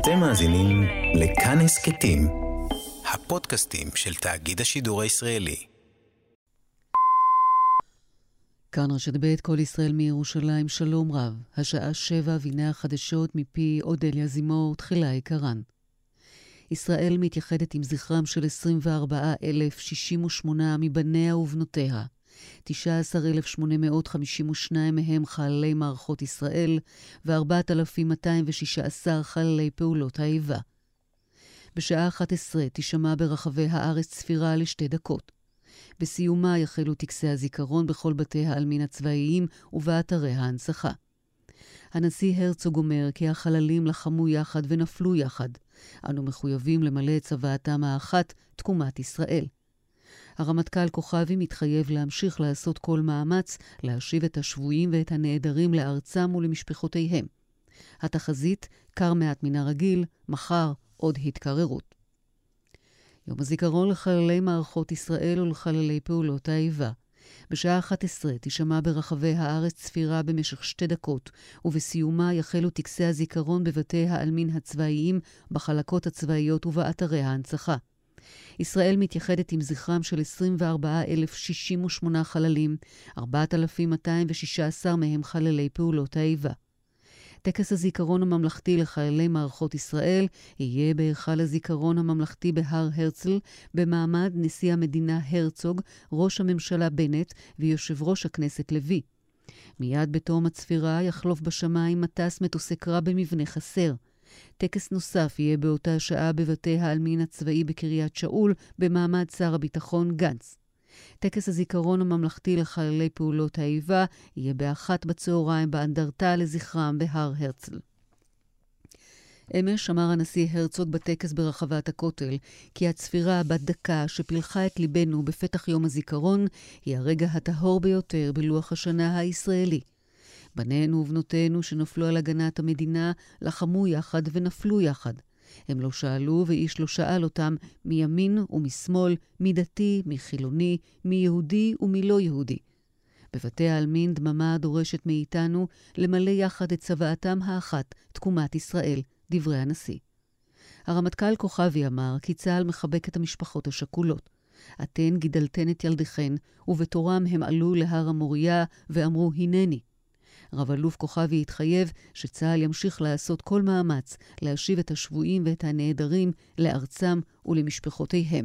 אתם מאזינים לכאן הסכתים, הפודקאסטים של תאגיד השידור הישראלי. כאן רשת ב' כל ישראל מירושלים, שלום רב. השעה 7 והנה החדשות מפי אודליה זימור, תחילה עיקרן. ישראל מתייחדת עם זכרם של 24,068 מבניה ובנותיה. 19,852 מהם חללי מערכות ישראל ו-4,216 חללי פעולות האיבה. בשעה 11 תשמע ברחבי הארץ ספירה ל2 דקות. בסיומה יחלו טקסי הזיכרון בכל בתי העלמין הצבאיים ובאתרי ההנצחה. הנשיא הרצוג אומר כי החללים לחמו יחד ונפלו יחד. אנו מחויבים למלא את צוואתם האחת, תקומת ישראל. הרמטכ"ל כוכבי מתחייב להמשיך לעשות כל מאמץ להשיב את השבויים ואת הנעדרים לארצם ולמשפחותיהם. התחזית קר מעט מן הרגיל, מחר עוד התקררות. יום הזיכרון לחללי מערכות ישראל ולחללי פעולות האיבה. בשעה 11 תשמע ברחבי הארץ ספירה במשך 2 דקות, ובסיומה יחלו טקסי הזיכרון בבתי העלמין הצבאיים, בחלקות הצבאיות ובאתרי ההנצחה. ישראל מתייחדת עם זכרם של 24,068 חללים, 4,216 מהם חללי פעולות האיבה. טקס הזיכרון הממלכתי לחיילי מערכות ישראל יהיה בהיכל הזיכרון הממלכתי בהר הרצל, במעמד נשיא המדינה הרצוג, ראש הממשלה בנט ויושב ראש הכנסת לוי. מיד בתום הצפירה יחלוף בשמיים מטס מטוסי קרב במבנה חסר. טקס נוסף יהיה באותה שעה בבתי העלמין הצבאי בקריית שאול, במעמד שר הביטחון גנץ. טקס הזיכרון הממלכתי לחיילי פעולות האיבה יהיה ב13:00 באנדרטה לזכרם בהר הרצל. אמש אמר הנשיא הרצוג בטקס ברחבת הכותל כי הצפירה בת דקה שפילחה את ליבנו בפתח יום הזיכרון היא הרגע הטהור ביותר בלוח השנה הישראלי. בנינו ובנותינו שנפלו על הגנת המדינה לחמו יחד ונפלו יחד. הם לא שאלו ואיש לא שאל אותם מימין ומשמאל, מדתי, מחילוני, מיהודי ומלא יהודי. בבתי העלמין דממה דורשת מאיתנו למלא יחד את צוואתם האחת, תקומת ישראל, דברי הנשיא. הרמטכ"ל כוכבי אמר כי צה"ל מחבק את המשפחות השכולות. אתן גידלתן את ילדיכן, ובתורם הם עלו להר המוריה ואמרו הנני. רב אלוף כוכבי התחייב שצה"ל ימשיך לעשות כל מאמץ להשיב את השבויים ואת הנעדרים לארצם ולמשפחותיהם.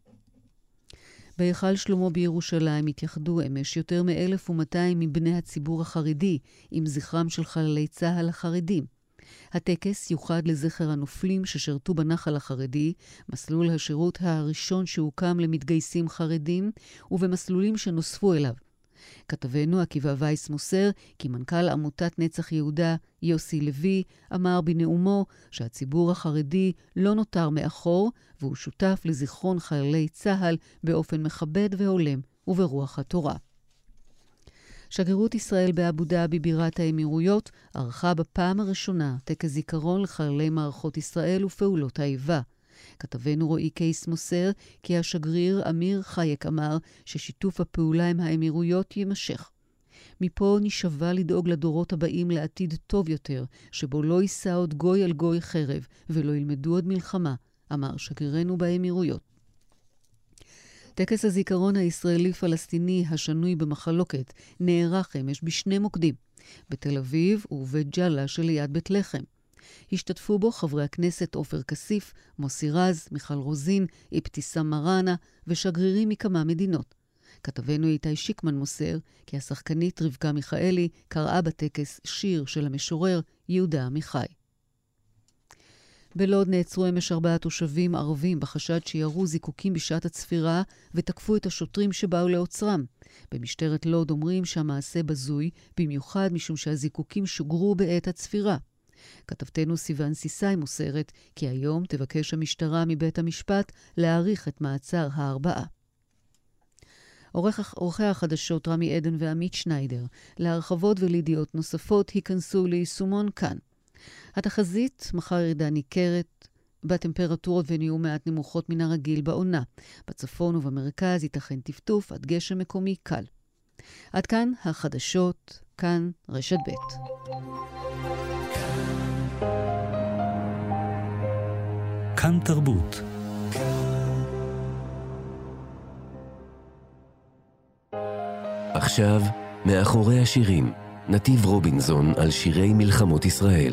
בהיכל שלמה בירושלים התייחדו אמש יותר מ-1,200 מבני הציבור החרדי עם זכרם של חללי צה"ל החרדים. הטקס יוחד לזכר הנופלים ששרתו בנחל החרדי, מסלול השירות הראשון שהוקם למתגייסים חרדים ובמסלולים שנוספו אליו. כתבנו עקיבא וייס מוסר כי מנכ"ל עמותת נצח יהודה יוסי לוי אמר בנאומו שהציבור החרדי לא נותר מאחור והוא שותף לזיכרון חיילי צה"ל באופן מכבד והולם וברוח התורה. שגרירות ישראל באבו דאבי בירת האמירויות ערכה בפעם הראשונה טקס זיכרון לחיילי מערכות ישראל ופעולות האיבה. כתבנו רועי קייס מוסר כי השגריר אמיר חייק אמר ששיתוף הפעולה עם האמירויות יימשך. מפה נשווה לדאוג לדורות הבאים לעתיד טוב יותר, שבו לא יישא עוד גוי על גוי חרב ולא ילמדו עוד מלחמה, אמר שגרירנו באמירויות. טקס הזיכרון הישראלי-פלסטיני השנוי במחלוקת נערך אמש בשני מוקדים, בתל אביב ובבית ג'אלה שליד בית לחם. השתתפו בו חברי הכנסת עופר כסיף, מוסי רז, מיכל רוזין, אבתיסאם מראענה ושגרירים מכמה מדינות. כתבנו איתי שיקמן מוסר כי השחקנית רבקה מיכאלי קראה בטקס שיר של המשורר יהודה עמיחי. בלוד נעצרו אמש 4 תושבים ערבים בחשד שירו זיקוקים בשעת הצפירה ותקפו את השוטרים שבאו לעוצרם. במשטרת לוד אומרים שהמעשה בזוי, במיוחד משום שהזיקוקים שוגרו בעת הצפירה. כתבתנו סיוון סיסאי מוסרת כי היום תבקש המשטרה מבית המשפט להאריך את מעצר 4. עורכי החדשות רמי עדן ועמית שניידר, להרחבות ולידיעות נוספות היכנסו ליישומון כאן. התחזית מחר ירידה ניכרת בטמפרטורות ונהיו מעט נמוכות מן הרגיל בעונה. בצפון ובמרכז ייתכן טפטוף עד גשם מקומי קל. עד כאן החדשות, כאן רשת ב'. כאן תרבות. עכשיו, מאחורי השירים, נתיב רובינזון על שירי מלחמות ישראל.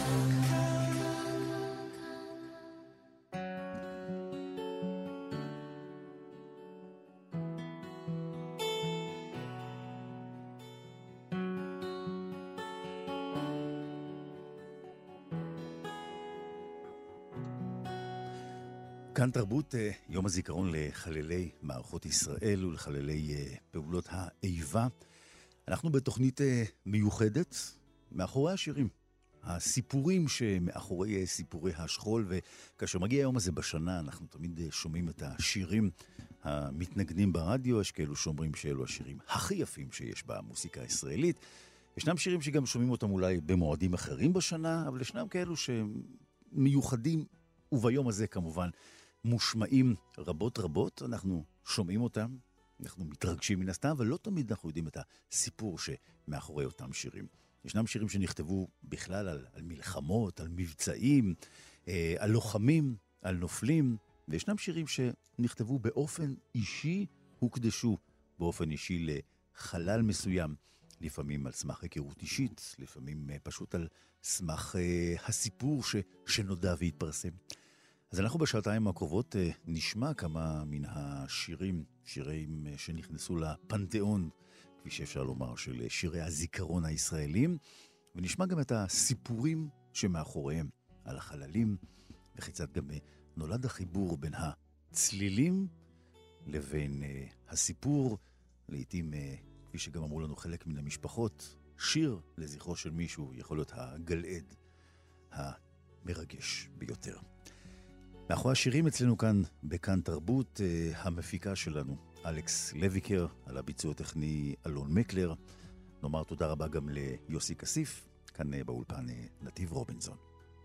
כאן תרבות, יום הזיכרון לחללי מערכות ישראל ולחללי פעולות האיבה. אנחנו בתוכנית מיוחדת מאחורי השירים. הסיפורים שמאחורי סיפורי השכול, וכאשר מגיע היום הזה בשנה, אנחנו תמיד שומעים את השירים המתנגנים ברדיו. יש כאלו שאומרים שאלו השירים הכי יפים שיש במוסיקה הישראלית. ישנם שירים שגם שומעים אותם אולי במועדים אחרים בשנה, אבל ישנם כאלו שמיוחדים, וביום הזה כמובן מושמעים רבות. אנחנו שומעים אותם, אנחנו מתרגשים מן הסתם, אבל לא תמיד אנחנו יודעים את הסיפור שמאחורי אותם שירים. ישנם שירים שנכתבו בכלל על מלחמות, על מבצעים, על לוחמים, על נופלים, וישנם שירים שנכתבו באופן אישי, הוקדשו באופן אישי לחלל מסוים, לפעמים על סמך היכרות אישית, לפעמים פשוט על סמך הסיפור שנודע והתפרסם. אז אנחנו בשעתיים הקרובות נשמע כמה מן השירים, שירים שנכנסו לפנתיאון, כפי שאפשר לומר, של שירי הזיכרון הישראלים, ונשמע גם את הסיפורים שמאחוריהם על החללים, וכיצד גם נולד החיבור בין הצלילים לבין הסיפור. לעתים, כפי שגם אמרו לנו חלק מן המשפחות, שיר לזכרו של מישהו יכול להיות הגלעד המרגש ביותר. מאחורי השירים אצלנו כאן בכאן תרבות, המפיקה שלנו אלכס לויקר, על הביצוע הטכני אלון מקלר. נאמר תודה רבה גם ליוסי כסיף, כאן באולפן נתיב רובינזון.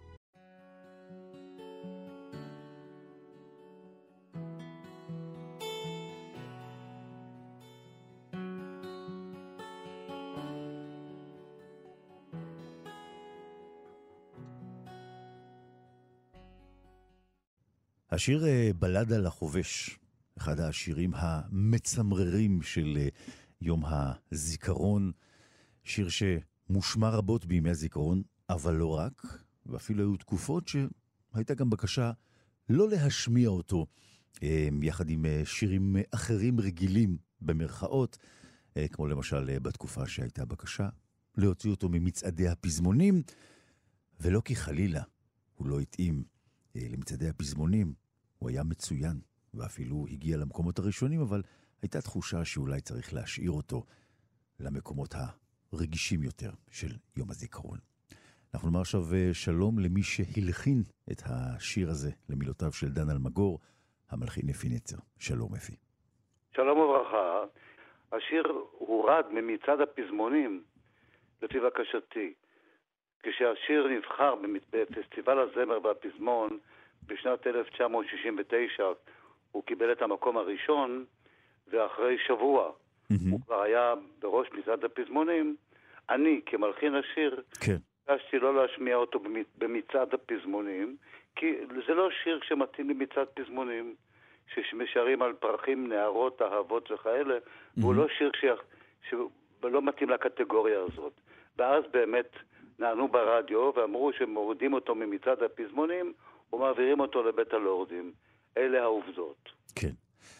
השיר בלדה לחובש, אחד השירים המצמררים של יום הזיכרון, שיר שמושמע רבות בימי הזיכרון, אבל לא רק, ואפילו היו תקופות שהייתה גם בקשה לא להשמיע אותו, יחד עם שירים אחרים רגילים במרכאות, כמו למשל בתקופה שהייתה בקשה להוציא אותו ממצעדי הפזמונים, ולא כי חלילה הוא לא התאים למצעדי הפזמונים. הוא היה מצוין, ואפילו הגיע למקומות הראשונים, אבל הייתה תחושה שאולי צריך להשאיר אותו למקומות הרגישים יותר של יום הזיכרון. אנחנו נאמר עכשיו שלום למי שהלחין את השיר הזה, למילותיו של דן אלמגור, המלחין אפי נצר. שלום אפי. שלום וברכה. השיר הורד ממצעד הפזמונים לפי בקשתי. כשהשיר נבחר בפסטיבל הזמר והפזמון בשנת 1969, הוא קיבל את המקום הראשון, ואחרי שבוע הוא כבר היה בראש מצעד הפזמונים. אני, כמלחין השיר, ביקשתי לא להשמיע אותו במצעד הפזמונים, כי זה לא שיר שמתאים למצעד פזמונים, שמשרים על פרחים, נערות, אהבות וכאלה, והוא לא שיר שלא מתאים לקטגוריה הזאת. ואז באמת נענו ברדיו ואמרו שמורידים אותו ממצעד הפזמונים ומעבירים אותו לבית הלורדים. אלה העובדות. כן.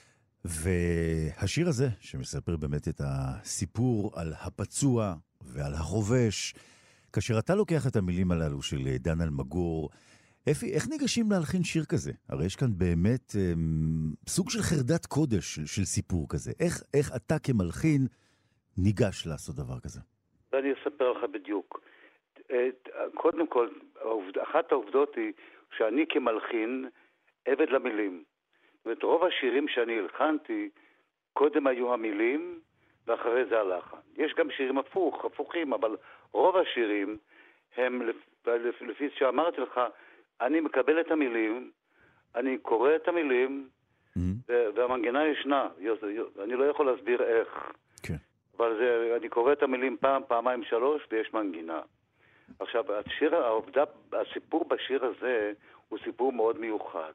והשיר הזה, שמספר באמת את הסיפור על הפצוע ועל החובש, כאשר אתה לוקח את המילים הללו של דן אלמגור, אפי, איך ניגשים להלחין שיר כזה? הרי יש כאן באמת סוג של חרדת קודש של סיפור כזה. איך אתה כמלחין ניגש לעשות דבר כזה? ואני אספר לך בדיוק. קודם כל, אחת העובדות היא שאני כמלחין עבד למילים. זאת אומרת, רוב השירים שאני הלחנתי, קודם היו המילים, ואחרי זה הלחן. יש גם שירים הפוכים, אבל רוב השירים הם, לפי שאמרתי לך, אני מקבל את המילים, אני קורא את המילים, והמנגינה ישנה. אני לא יכול להסביר איך. כן. אבל אני קורא את המילים פעם, פעמיים, שלוש, ויש מנגינה. עכשיו, הסיפור בשיר הזה הוא סיפור מאוד מיוחד.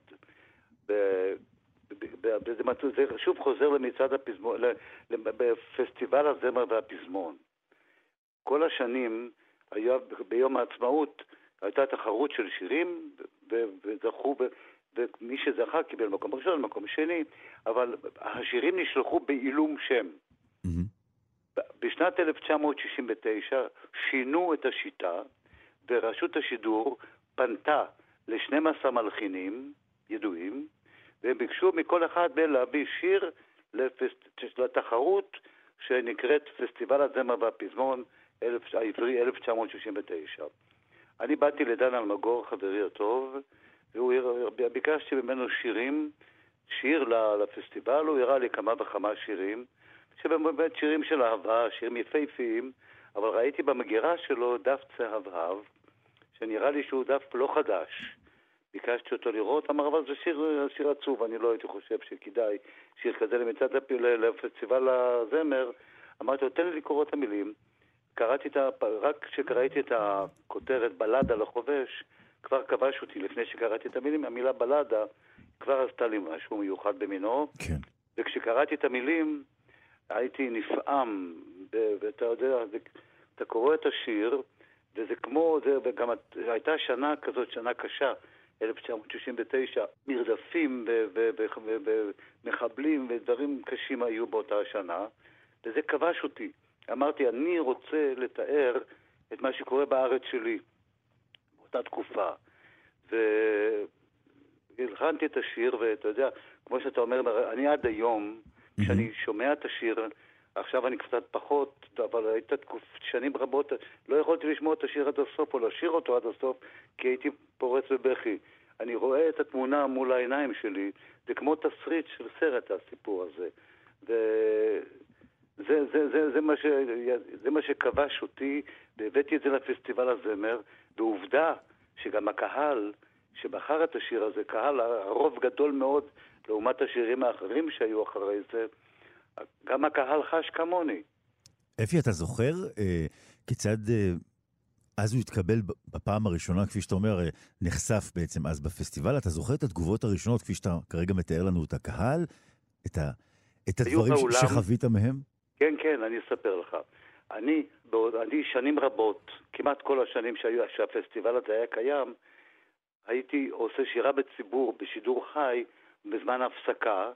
זה שוב חוזר למצעד הפזמון, בפסטיבל הזמר והפזמון. כל השנים היה ביום העצמאות הייתה תחרות של שירים, וזכו, ומי שזכה קיבל מקום ראשון, מקום שני, אבל השירים נשלחו בעילום שם. בשנת 1969 שינו את השיטה, ורשות השידור פנתה ל-12 מלחינים ידועים, והם ביקשו מכל אחד להביא שיר לתחרות שנקראת פסטיבל הזמר והפזמון העברי 1969. אני באתי לדן אלמגור, חברי הטוב, וביקשתי ממנו שיר לפסטיבל, הוא הראה לי כמה וכמה שירים, שבאמת שירים של אהבה, שירים יפהפיים, אבל ראיתי במגירה שלו דף צהבהב, שנראה לי שהוא דף לא חדש. ביקשתי אותו לראות, אמר, אבל זה שיר עצוב, אני לא הייתי חושב שכדאי שיר כזה למצעד לפסטיבל הזמר. אמרתי לו, תן לי לקרוא את המילים. רק כשקראתי את הכותרת בלדה לחובש, כבר כבש אותי לפני שקראתי את המילים. המילה בלדה כבר עשתה לי משהו מיוחד במינו. כן. וכשקראתי את המילים, הייתי נפעם, ואתה יודע, אתה קורא את השיר, וזה כמו, וגם הייתה שנה כזאת, שנה קשה, 1969, מרדפים ומחבלים ודברים קשים היו באותה שנה, וזה כבש אותי. אמרתי, אני רוצה לתאר את מה שקורה בארץ שלי, באותה תקופה. והלחנתי את השיר, ואתה יודע, כמו שאתה אומר, אני עד היום, כשאני שומע את השיר, עכשיו אני קצת פחות, אבל הייתה שנים רבות, לא יכולתי לשמוע את השיר עד הסוף, או לשיר אותו עד הסוף, כי הייתי פורץ בבכי. אני רואה את התמונה מול העיניים שלי, זה כמו תסריט של סרט, הסיפור הזה. זה מה שכבש אותי, והבאתי את זה לפסטיבל הזמר, ועובדה שגם הקהל שבחר את השיר הזה, קהל הרוב גדול מאוד, לעומת השירים האחרים שהיו אחרי זה, גם הקהל חש כמוני. אפי, אתה זוכר כיצד אז הוא התקבל בפעם הראשונה, כפי שאתה אומר, נחשף בעצם אז בפסטיבל? אתה זוכר את התגובות הראשונות, כפי שאתה כרגע מתאר לנו את הקהל, את הדברים שחווית מהם? כן, כן, אני אספר לך. אני שנים רבות, כמעט כל השנים שהפסטיבל הזה היה קיים, הייתי עושה שירה בציבור, בשידור חי, בזמן ההפסקה.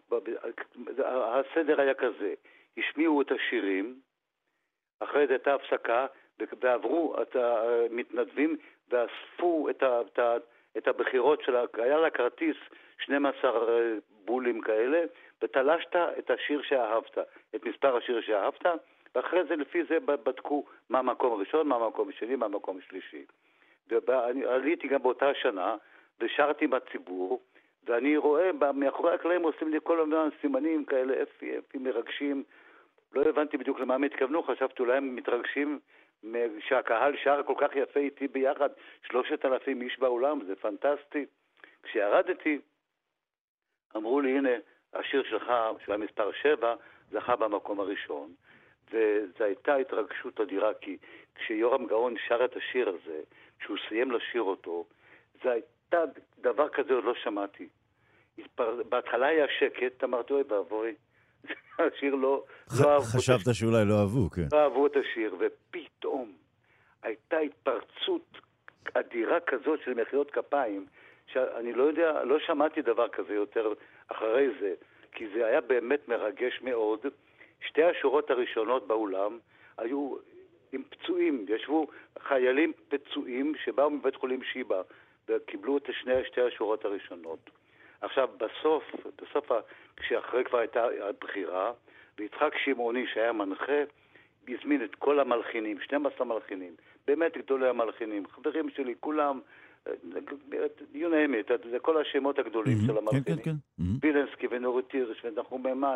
הסדר היה כזה, השמיעו את השירים, אחרי זה הייתה הפסקה, ועברו את המתנדבים ואספו את הבחירות של היה לה כרטיס 12 בולים כאלה, ותלשת את השיר שאהבת, את מספר השיר שאהבת, ואחרי זה לפי זה בדקו מה המקום הראשון, מה המקום השני, מה המקום השלישי. ועליתי גם באותה שנה, ושרתי בציבור, ואני רואה, מאחורי הקלעים עושים לי כל הזמן סימנים כאלה, אפי מרגשים. לא הבנתי בדיוק למה הם התכוונו, חשבתי אולי הם מתרגשים שהקהל שר כל כך יפה איתי ביחד, 3,000 איש באולם, זה פנטסטי. כשירדתי, אמרו לי, הנה, השיר שלך, שהוא היה מספר 7, זכה במקום הראשון. וזו הייתה התרגשות אדירה, כי כשיורם גאון שר את השיר הזה, כשהוא סיים לשיר אותו, זה הייתה דבר כזה עוד לא שמעתי. בהתחלה היה שקט, אמרתי, אוי באבוי, השיר לא אהבו. חשבת שאולי לא אהבו, כן. לא אהבו את השיר, ופתאום הייתה התפרצות אדירה כזאת של מחיאות כפיים, שאני לא יודע, לא שמעתי דבר כזה יותר אחרי זה, כי זה היה באמת מרגש מאוד. שתי השורות הראשונות באולם היו עם פצועים, ישבו חיילים פצועים שבאו מבית חולים שיבא, וקיבלו את שתי השורות הראשונות. עכשיו, בסוף, כשאחרי כבר הייתה הבחירה, ויצחק שמעוני שהיה מנחה, הזמין את כל המלחינים, 12 מלחינים, באמת גדולי המלחינים, חברים שלי, כולם, you name it, זה כל השמות הגדולים של המלחינים. כן, כן. וילנסקי ונורית תירש ונחום מימן,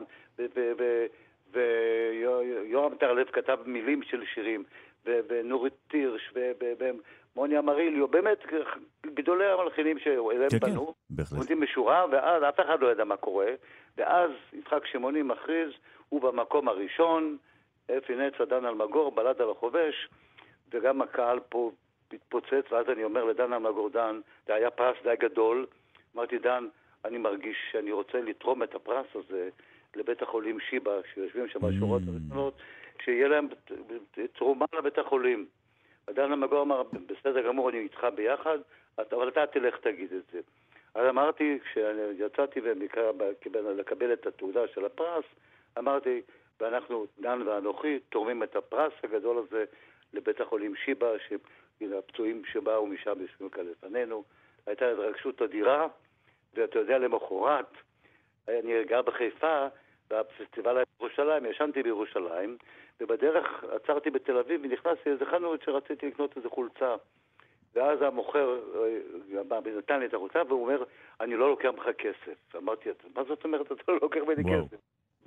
ויורם טרלב כתב מילים של שירים, ונורית תירש, ומוניה מריליו, באמת גדולי המלחינים שאליהם בנו, עומדים בשורה, ואז אף אחד לא ידע מה קורה, ואז יצחק שמעוני מכריז, הוא במקום הראשון, אפי נצר, דן אלמגור, בלדה לחובש, וגם הקהל פה מתפוצץ, ואז אני אומר לדן אלמגור, דן, זה היה פרס די גדול, אמרתי, דן, אני מרגיש שאני רוצה לתרום את הפרס הזה לבית החולים שיבה, שיושבים שם בשורות הראשונות, שיהיה להם תרומה לבית החולים. ודן אלמגור אמר, בסדר גמור, אני איתך ביחד, אבל אתה תלך תגיד את זה. אז אמרתי, כשיצאתי לקבל את התעודה של הפרס, אמרתי, ואנחנו, דן ואנוכי, תורמים את הפרס הגדול הזה לבית החולים שיבה, שהפצועים שבאו משם יושבים כאן לפנינו. הייתה התרגשות אדירה, ואתה יודע, למחרת, אני גר בחיפה, בפסטיבל בירושלים, ישנתי בירושלים, ובדרך עצרתי בתל אביב ונכנסתי לאיזה חנות שרציתי לקנות איזה חולצה. ואז המוכר נתן לי את החולצה, והוא אומר, אני לא לוקח ממך כסף. אמרתי, מה זאת אומרת, אתה לא לוקח ממני כסף?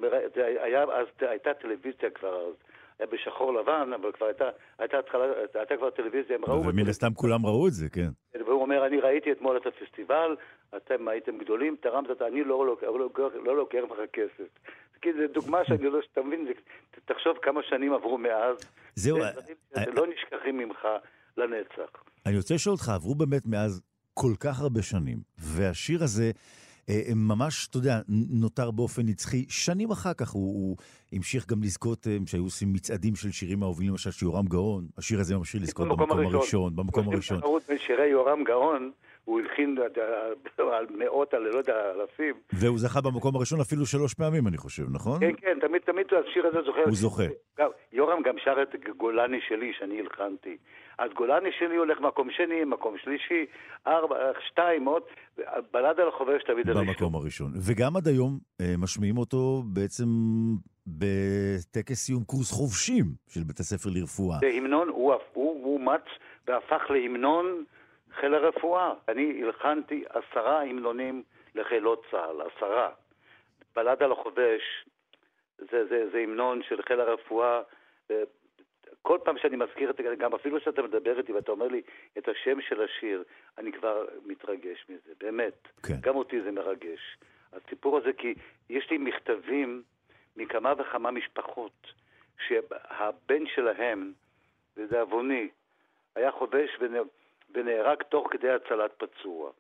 אז הייתה טלוויזיה כבר אז. היה בשחור לבן, אבל כבר הייתה כבר טלוויזיה, הם ראו... ומן הסתם כולם ראו את זה, כן. והוא אומר, אני ראיתי אתמול את הפסטיבל, אתם הייתם גדולים, תרמת, אני לא לוקח ממך כסף. כי זו דוגמה שאני לא שתבין, תחשוב כמה שנים עברו מאז. זהו. לא נשכחים ממך לנצח. אני רוצה לשאול אותך, עברו באמת מאז כל כך הרבה שנים, והשיר הזה ממש, אתה יודע, נותר באופן נצחי. שנים אחר כך הוא המשיך גם לזכות, שהיו עושים מצעדים של שירים האהובים, למשל שיורם גאון, השיר הזה ממשיך לזכות במקום הראשון. שירי יורם גאון, הוא הלחין על מאות, על לא יודע, אלפים. והוא זכה במקום הראשון אפילו 3 פעמים, אני חושב, נכון? כן, כן, תמיד השיר הזה זוכר. הוא זוכה. יורם גם שר את גולני שלי, שאני הלחנתי. אז גולני שלי הולך מקום שני, מקום שלישי, 4, 2 עוד, בלד על החובש תמיד הראשון. במקום הראשון. וגם עד היום משמיעים אותו בעצם בטקס סיום קורס חובשים של בית הספר לרפואה. זה המנון, הוא אומץ והפך להמנון חיל הרפואה. אני הלחנתי 10 המנונים לחילות צה"ל, 10. בלד על החובש, זה המנון של חיל הרפואה. כל פעם שאני מזכיר את זה, גם אפילו שאתה מדבר איתי ואתה אומר לי את השם של השיר, אני כבר מתרגש מזה, באמת. כן. גם אותי זה מרגש. הסיפור הזה, כי יש לי מכתבים מכמה וכמה משפחות, שהבן שלהם, וזה אבוני, היה חובש ונהרג תוך כדי הצלת פצוע.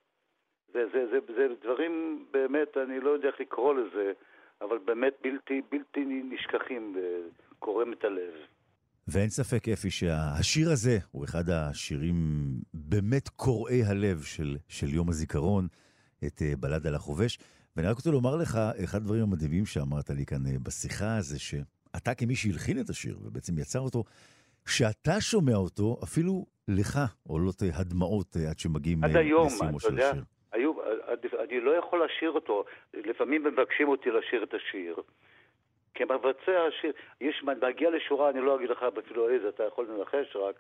זה דברים באמת, אני לא יודע איך לקרוא לזה, אבל באמת בלתי נשכחים וקורם את הלב. ואין ספק, אפי, שהשיר הזה הוא אחד השירים באמת קוראי הלב של יום הזיכרון, את בלד על החובש. ואני רק רוצה לומר לך, אחד הדברים המדהימים שאמרת לי כאן בשיחה, זה שאתה כמי שהלחין את השיר, ובעצם יצר אותו, שאתה שומע אותו, אפילו לך עולות הדמעות עד שמגיעים לסיומו של השיר. אני לא יכול לשיר אותו. לפעמים מבקשים אותי לשיר את השיר. כמבצע השיר, מגיע לשורה, אני לא אגיד לך אפילו איזה, אתה יכול לנחש רק,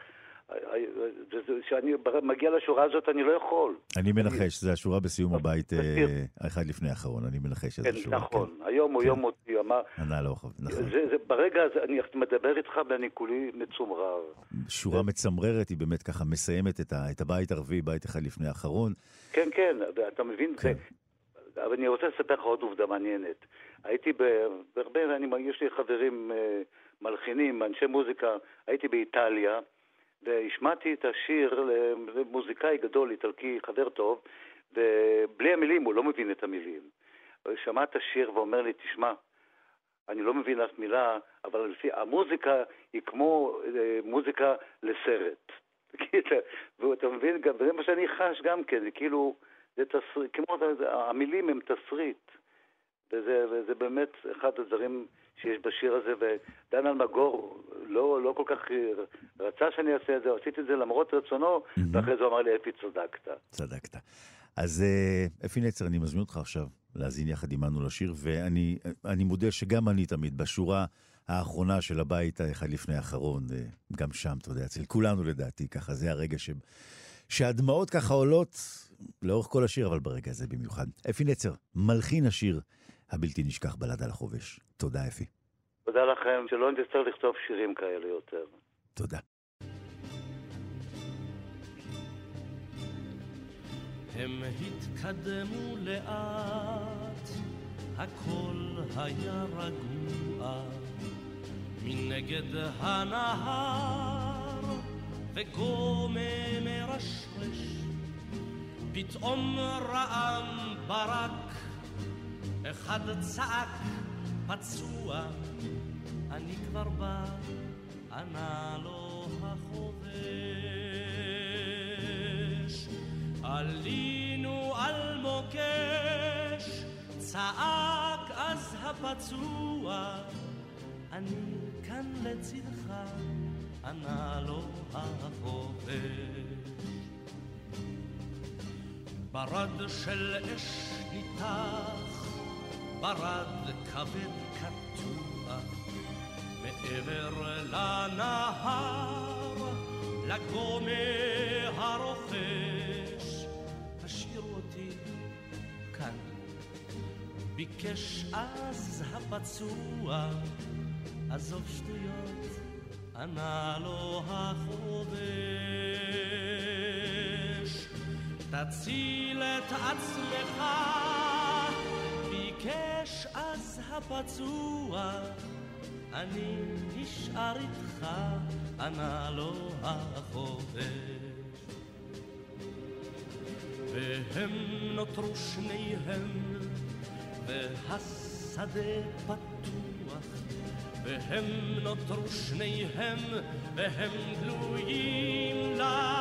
כשאני מגיע לשורה הזאת אני לא יכול. אני מנחש, זה השורה בסיום הבית אחד לפני האחרון, אני מנחש שזה שורה. נכון, היום הוא יום מותי, אמר. ברגע הזה אני מדבר איתך ואני כולי מצומרר. שורה מצמררת, היא באמת ככה מסיימת את הבית הרביעי, בית אחד לפני האחרון. כן, כן, אתה מבין? אבל אני רוצה לספר לך עוד עובדה מעניינת. הייתי בהרבה, יש לי חברים מלחינים, אנשי מוזיקה, הייתי באיטליה, והשמעתי את השיר למוזיקאי גדול, איטלקי, חבר טוב, ובלי המילים, הוא לא מבין את המילים. שמע את השיר ואומר לי, תשמע, אני לא מבין אף מילה, אבל המוזיקה היא כמו מוזיקה לסרט. ואתה מבין, זה מה שאני חש גם כן, זה כאילו, זה תסריט, כמו המילים הם תסריט. וזה באמת אחד הדברים שיש בשיר הזה, ודן אלמגור לא כל כך רצה שאני אעשה את זה, עשיתי את זה למרות רצונו, ואחרי זה הוא אמר לי, אפי, צדקת. אז אפי נצר, אני מזמין אותך עכשיו להזין יחד עמנו לשיר, ואני מודה שגם אני תמיד בשורה האחרונה של הבית האחד לפני האחרון, גם שם, אתה יודע, אצל כולנו לדעתי, ככה זה הרגע שהדמעות ככה עולות לאורך כל השיר, אבל ברגע הזה במיוחד. אפי נצר, מלחין השיר הבלתי נשכח בלד על החובש. תודה, אפי. תודה לכם, שלא נצטרך לכתוב שירים כאלה יותר. תודה. הם התקדמו לאט, הכל היה רגוע, מנגד הנהר וגומה מרשרש, פתאום רעם ברק, אחד צעק פצוע, אני כבר בא, ענה לו החובש. עלינו על מוקש, צעק אז הפצוע, אני כאן לצדך, ענה לו החובש. ברד של אש ניתח, ברד כבד קטוע, מעבר לנהר, לגומה הרוחש, השאיר אותי כאן. ביקש אז הפצוע, עזוב שטויות, ענה לו החובש. תציל את עצמך, ביקש אז הפצוע, אני נשאר איתך, ענה לו החובש. והם נותרו שניהם, והשדה פתוח, והם נותרו שניהם, והם גלויים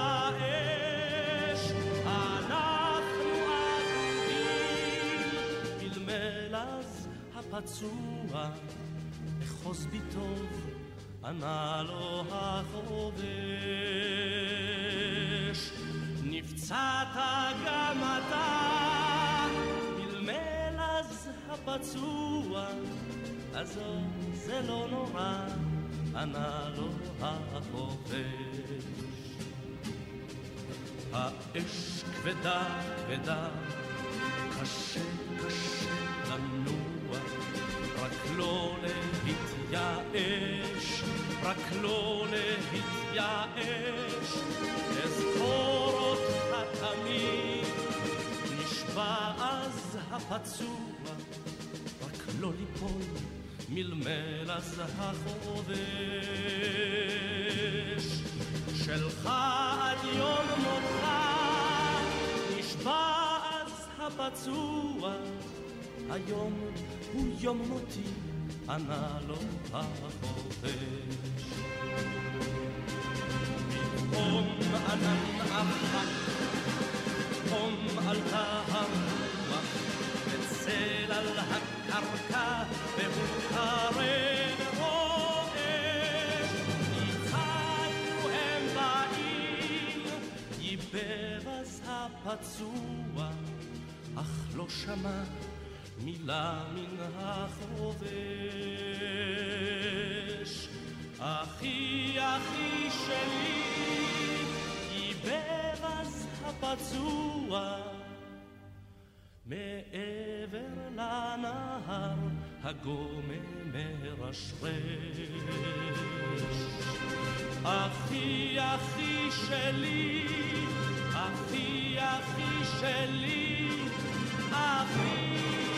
לאש. אנחנו עתידים, מלמל אז הפצוע, אחוז בי טוב, ענה לו החובש. נפצעת גם אתה, מלמל אז הפצוע, עזוב זה לא נורא, ענה לו החובש. האש כבדה כבדה, קשה קשה לנוע, רק לא להתייאש, רק לא להתייאש. אזכור אותך תמיד, נשבע אז הפצוע, רק לא ליפול, מלמל אז החובש. שלך עד יום מותך, נשבע אז הפצוע, היום הוא יום מותי, ענה לו החובש. פתאום ענן עפק, פתאום עלתה הרוח, וצל על הקרקע, והוא קרן רועש. ניצלנו הם באים, ייבב אז הפצוע, אך לא שמע מילה מן החובש. אחי אחי שלי, ייבב אז הפצוע, מעבר לנהר הגומה מרשרש. אחי אחי שלי, אחי אחי שלי, אחי.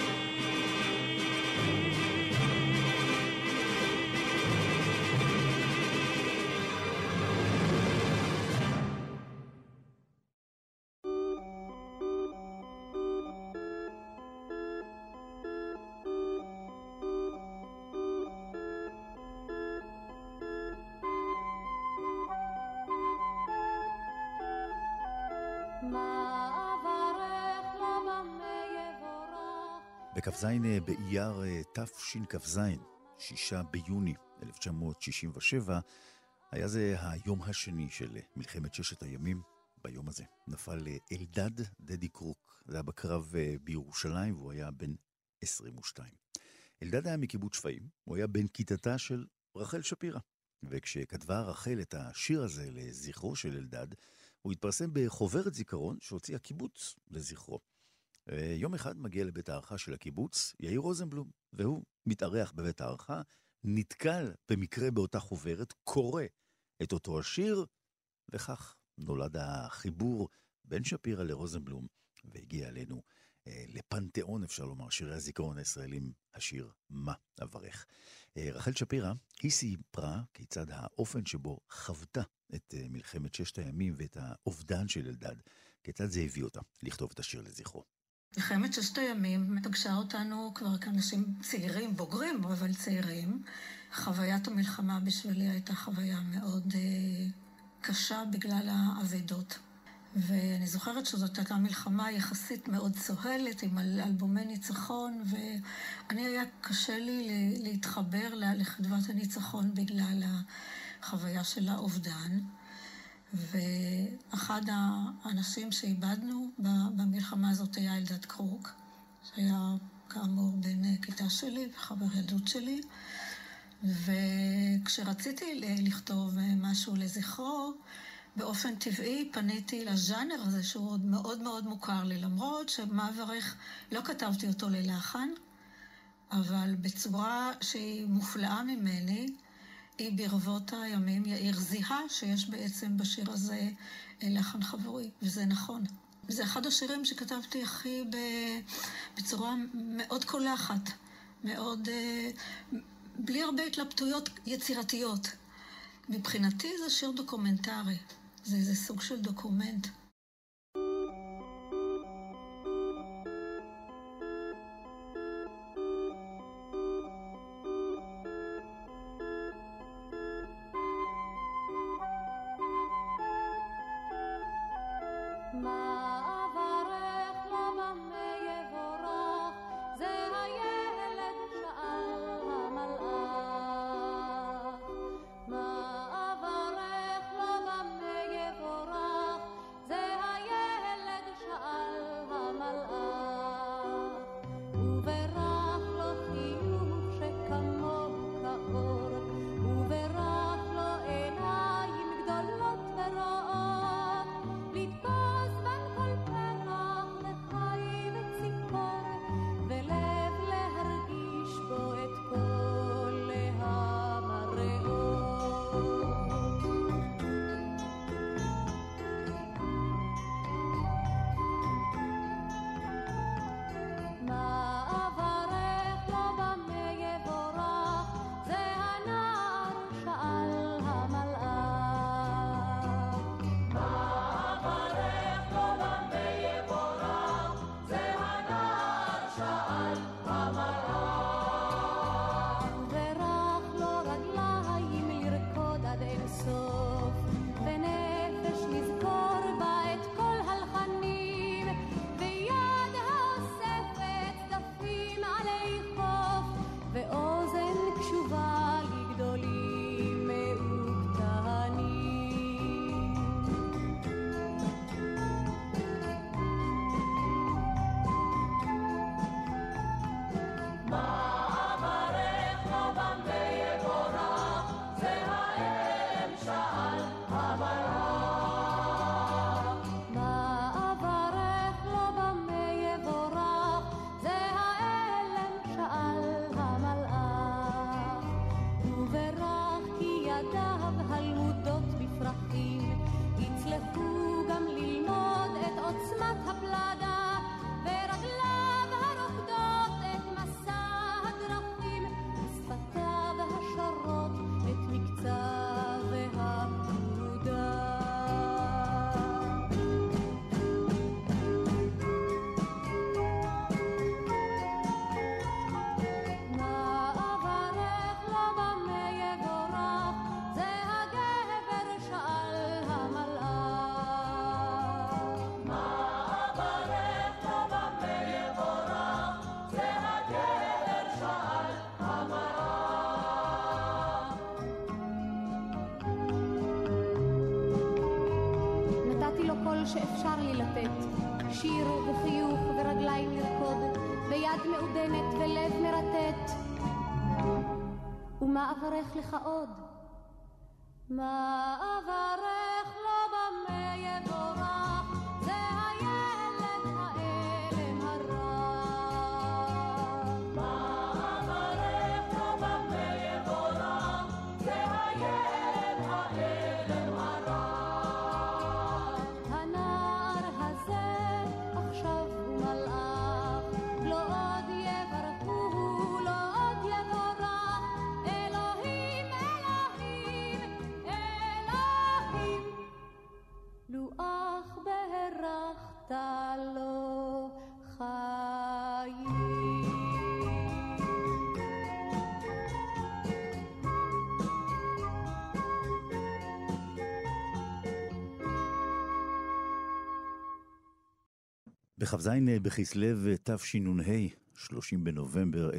בכ"ז באייר תשכ"ז, 6 ביוני 1967, היה זה היום השני של מלחמת ששת הימים. ביום הזה נפל אלדד דדי קרוק, זה היה בקרב בירושלים, והוא היה בן 22. אלדד היה מקיבוץ שפיים, הוא היה בן כיתתה של רחל שפירא, וכשכתבה רחל את השיר הזה לזכרו של אלדד, הוא התפרסם בחוברת זיכרון שהוציא הקיבוץ לזכרו. יום אחד מגיע לבית הערכה של הקיבוץ יאיר רוזנבלום, והוא מתארח בבית הערכה, נתקל במקרה באותה חוברת, קורא את אותו השיר, וכך נולד החיבור בין שפירא לרוזנבלום, והגיע אלינו לפנתיאון, אפשר לומר, שירי הזיכרון הישראלים, השיר מה אברך. רחל שפירא, היא סיפרה כיצד האופן שבו חוותה את מלחמת ששת הימים ואת האובדן של אלדד, כיצד זה הביא אותה לכתוב את השיר לזכרו. מלחמת ששת הימים פגשה אותנו כבר כאנשים צעירים, בוגרים, אבל צעירים. חוויית המלחמה בשבילי הייתה חוויה מאוד קשה בגלל האבדות. ואני זוכרת שזאת הייתה מלחמה יחסית מאוד צוהלת, עם אלבומי ניצחון, ואני היה קשה לי להתחבר לחדוות הניצחון בגלל החוויה של האובדן. ואחד האנשים שאיבדנו במלחמה הזאת היה אלדד קרוק, שהיה כאמור בן כיתה שלי וחבר ילדות שלי. וכשרציתי לכתוב משהו לזכרו, באופן טבעי פניתי לז'אנר הזה שהוא מאוד מאוד מוכר לי, למרות שמה אברך לא כתבתי אותו ללחן, אבל בצורה שהיא מופלאה ממני, היא ברבות הימים יאיר זיהה שיש בעצם בשיר הזה לחן חברי, וזה נכון. זה אחד השירים שכתבתי הכי בצורה מאוד קולחת, מאוד בלי הרבה התלבטויות יצירתיות. מבחינתי זה שיר דוקומנטרי, זה סוג של דוקומנט. שאפשר לי לתת, שיר וחיוך ורגליים לרקוד, ביד מעודנת ולב מרטט. ומה אברך לך עוד? מה אברך לא במה יבורך, זה הילד האלם הרע. מה אברך לא במה יבורך, זה הילד האלם הרע. הנער הזה עכשיו הוא מלאך, לו חיים. בכ"ז בכסלו תשנ"ה, 30 בנובמבר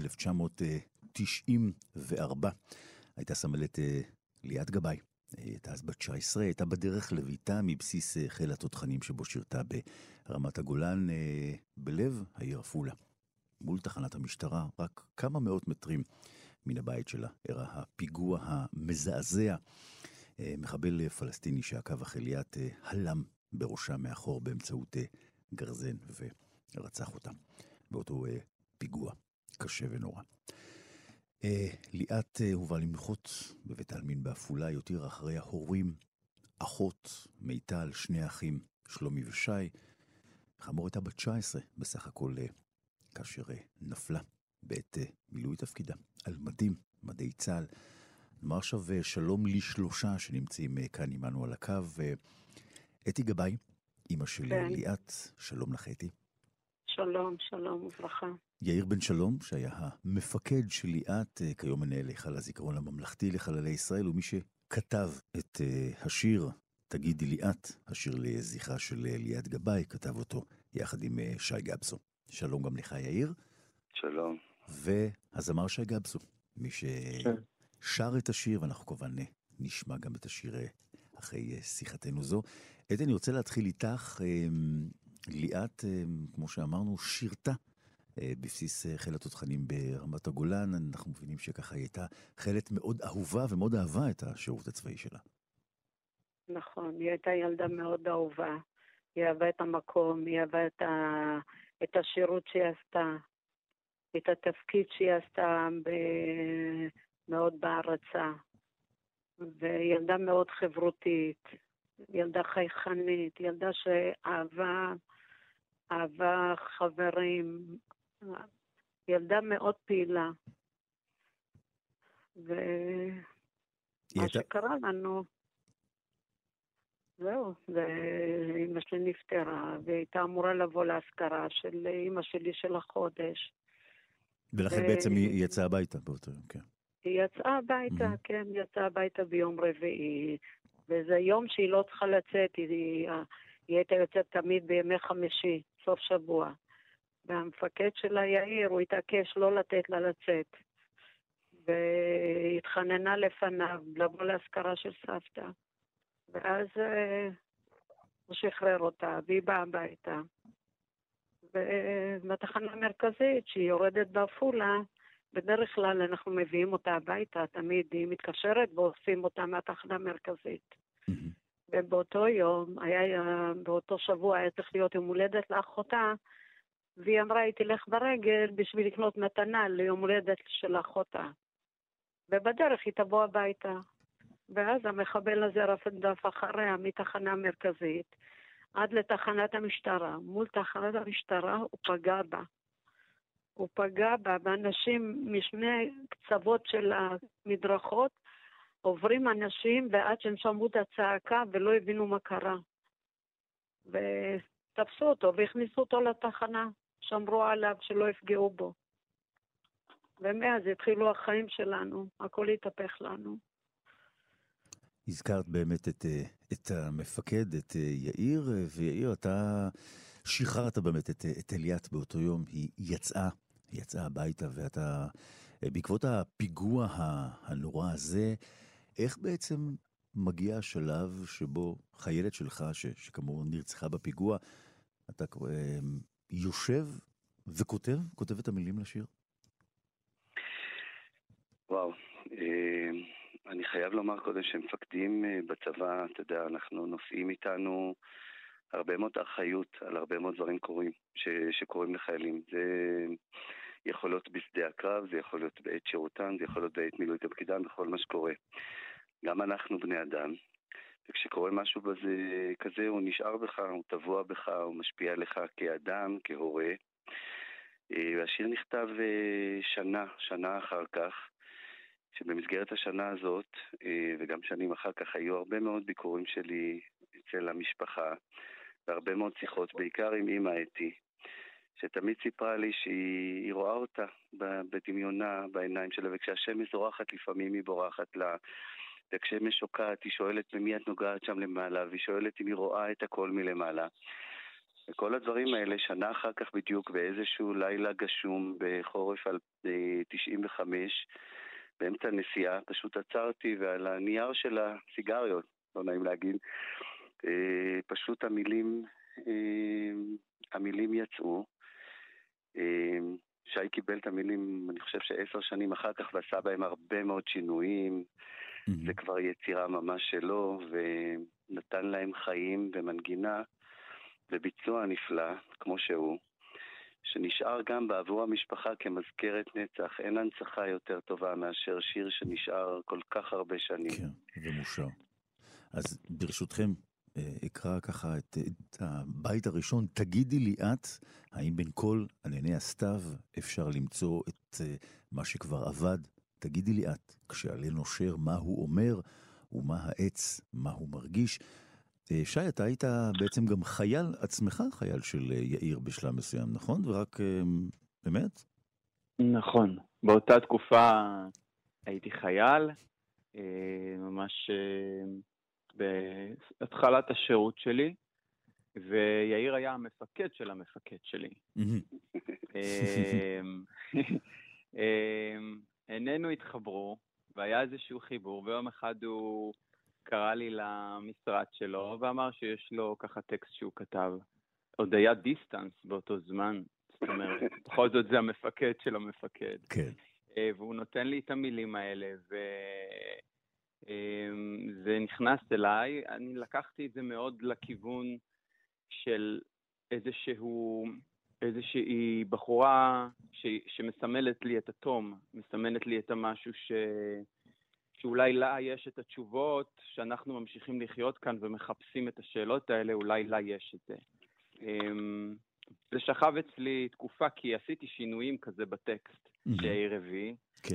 1994, הייתה סמלת ליאת גבאי. הייתה אז בת 19, הייתה בדרך לביתה מבסיס חיל התותחנים שבו שירתה ברמת הגולן, בלב העיר עפולה. מול תחנת המשטרה, רק כמה מאות מטרים מן הבית שלה, אירע הפיגוע המזעזע. מחבל פלסטיני שעקב אחרי ליאת הלם בראשה מאחור באמצעות גרזן ורצח אותה באותו פיגוע קשה ונורא. ליאת הובאה למנוחות בבית העלמין בעפולה, היא הותירה אחריה הורים, אחות, מיטל, שני אחים, שלומי ושי. חמור הייתה בת 19 בסך הכל כאשר נפלה בעת מילוי תפקידה על מדי צה"ל. נאמר עכשיו שלום לשלושה שנמצאים כאן עמנו על הקו. אתי גבאי, אמא של ליאת, שלום לך אתי. שלום, שלום וברכה. יאיר בן שלום, שהיה המפקד של ליאת, כיום מנהל היכל הזיכרון הממלכתי לחללי ישראל, ומי שכתב את השיר תגידי ליאת, השיר לזכרה של ליאת גבאי, כתב אותו יחד עם שי גבסו. שלום גם לך יאיר. שלום. והזמר שי גבסו, מי ששר את השיר, ואנחנו כמובן נשמע גם את השיר אחרי שיחתנו זו. אתי, אני רוצה להתחיל איתך. ליאת, כמו שאמרנו, שירתה בבסיס חיל התותחנים ברמת הגולן. אנחנו מבינים שככה היא הייתה חיילת מאוד אהובה ומאוד אהבה את השירות הצבאי שלה. נכון, היא הייתה ילדה מאוד אהובה. היא אהבה את המקום, היא אהבה את השירות שהיא עשתה, את התפקיד שהיא עשתה מאוד בהרצה. וילדה מאוד חברותית, ילדה חייכנית, ילדה שאהבה חברים, ילדה מאוד פעילה. ומה שקרה לנו, זהו, ואמא שלי נפטרה, והייתה אמורה לבוא להזכרה של אמא שלי של החודש. ולכן בעצם היא יצאה הביתה באותו יום, כן. היא יצאה הביתה, כן, היא יצאה הביתה ביום רביעי, וזה יום שהיא לא צריכה לצאת, היא הייתה יוצאת תמיד בימי חמישי, סוף שבוע. והמפקד שלה יאיר, הוא התעקש לא לתת לה לצאת. והתחננה לפניו, לבוא להזכרה של סבתא. ואז הוא שחרר אותה, והיא באה הביתה. ובתחנה המרכזית, שהיא יורדת בעפולה, בדרך כלל אנחנו מביאים אותה הביתה, תמיד היא מתקשרת ואוספים אותה מהתחנה המרכזית. ובאותו יום, באותו שבוע היה צריך להיות יום הולדת לאחותה, והיא אמרה, היא תלך ברגל בשביל לקנות מתנה ליום הולדת של אחותה. ובדרך היא תבוא הביתה. ואז המחבל הזה רדף אחריה מתחנה המרכזית, עד לתחנת המשטרה. מול תחנת המשטרה הוא פגע בה. הוא פגע בה, ואנשים משני קצוות של המדרכות, עוברים אנשים, ועד שהם שמעו את הצעקה ולא הבינו מה קרה. ותפסו אותו והכניסו אותו לתחנה, שמרו עליו שלא יפגעו בו. ומאז התחילו החיים שלנו, הכל התהפך לנו. הזכרת באמת את המפקד, את יאיר, ויאיר, אתה שחררת באמת את ליאת באותו יום. היא יצאה הביתה, ואתה, בעקבות הפיגוע הנורא הזה, איך בעצם מגיע השלב שבו חיילת שלך, שכמובן נרצחה בפיגוע, אתה יושב וכותב את המילים לשיר? וואו, אני חייב לומר קודם שמפקדים בצבא, אתה יודע, אנחנו נושאים איתנו הרבה מאוד אחריות על הרבה מאוד דברים שקורים לחיילים. זה יכול להיות בשדה הקרב, זה יכול להיות בעת שירותן, זה יכול להיות בעת מילוי תפקידן, בכל מה שקורה. גם אנחנו בני אדם, וכשקורה משהו כזה, הוא נשאר בך, הוא טבוע בך, הוא משפיע עליך כאדם, כהורה. והשיר נכתב שנה אחר כך, שבמסגרת השנה הזאת, וגם שנים אחר כך, היו הרבה מאוד ביקורים שלי אצל המשפחה, והרבה מאוד שיחות, בעיקר עם אמא אתי, שתמיד סיפרה לי שהיא רואה אותה בדמיונה, בעיניים שלה, וכשהשמש זורחת לפעמים היא בורחת לה, וכשהשמש שוקעת היא שואלת למי את נוגעת שם למעלה, והיא שואלת אם היא רואה את הכל מלמעלה. וכל הדברים האלה, שנה אחר כך בדיוק, באיזשהו לילה גשום בחורף על 95, באמצע הנסיעה, פשוט עצרתי, ועל הנייר של הסיגריות, לא נעים להגיד, פשוט המילים יצאו. שי קיבל את המילים, אני חושב ש10 שנים אחר כך, ועשה בהם הרבה מאוד שינויים, זה כבר יצירה ממש שלו, ונתן להם חיים ומנגינה, וביצוע נפלא, כמו שהוא, שנשאר גם בעבור המשפחה כמזכרת נצח. אין הנצחה יותר טובה מאשר שיר שנשאר כל כך הרבה שנים. כן, ומושר. אז ברשותכם, אקרא ככה את הבית הראשון. תגידי לי את, האם בין כל ענני הסתיו אפשר למצוא את מה שכבר עבד? תגידי לי את, כשעלה נושר, מה הוא אומר, ומה העץ, מה הוא מרגיש. שי, אתה היית בעצם גם חייל עצמך, חייל של יאיר בשלב מסוים, נכון? ורק באמת? נכון. באותה תקופה הייתי חייל, ממש בהתחלת השירות שלי, ויאיר היה המפקד של המפקד שלי. עינינו התחברו, והיה איזשהו חיבור, ויום אחד הוא קרא לי למשרד שלו, ואמר שיש לו ככה טקסט שהוא כתב. עוד היה דיסטנס באותו זמן, זאת אומרת, בכל זאת זה המפקד של המפקד. כן. והוא נותן לי את המילים האלה, וזה נכנס אליי. אני לקחתי את זה מאוד לכיוון של איזושהי בחורה שמסמלת לי את התום, מסמלת לי את המשהו שאולי לה יש את התשובות, שאנחנו ממשיכים לחיות כאן ומחפשים את השאלות האלה, אולי לה יש את זה. זה שכב אצלי תקופה, כי עשיתי שינויים כזה בטקסט שיאיר הביא. כן.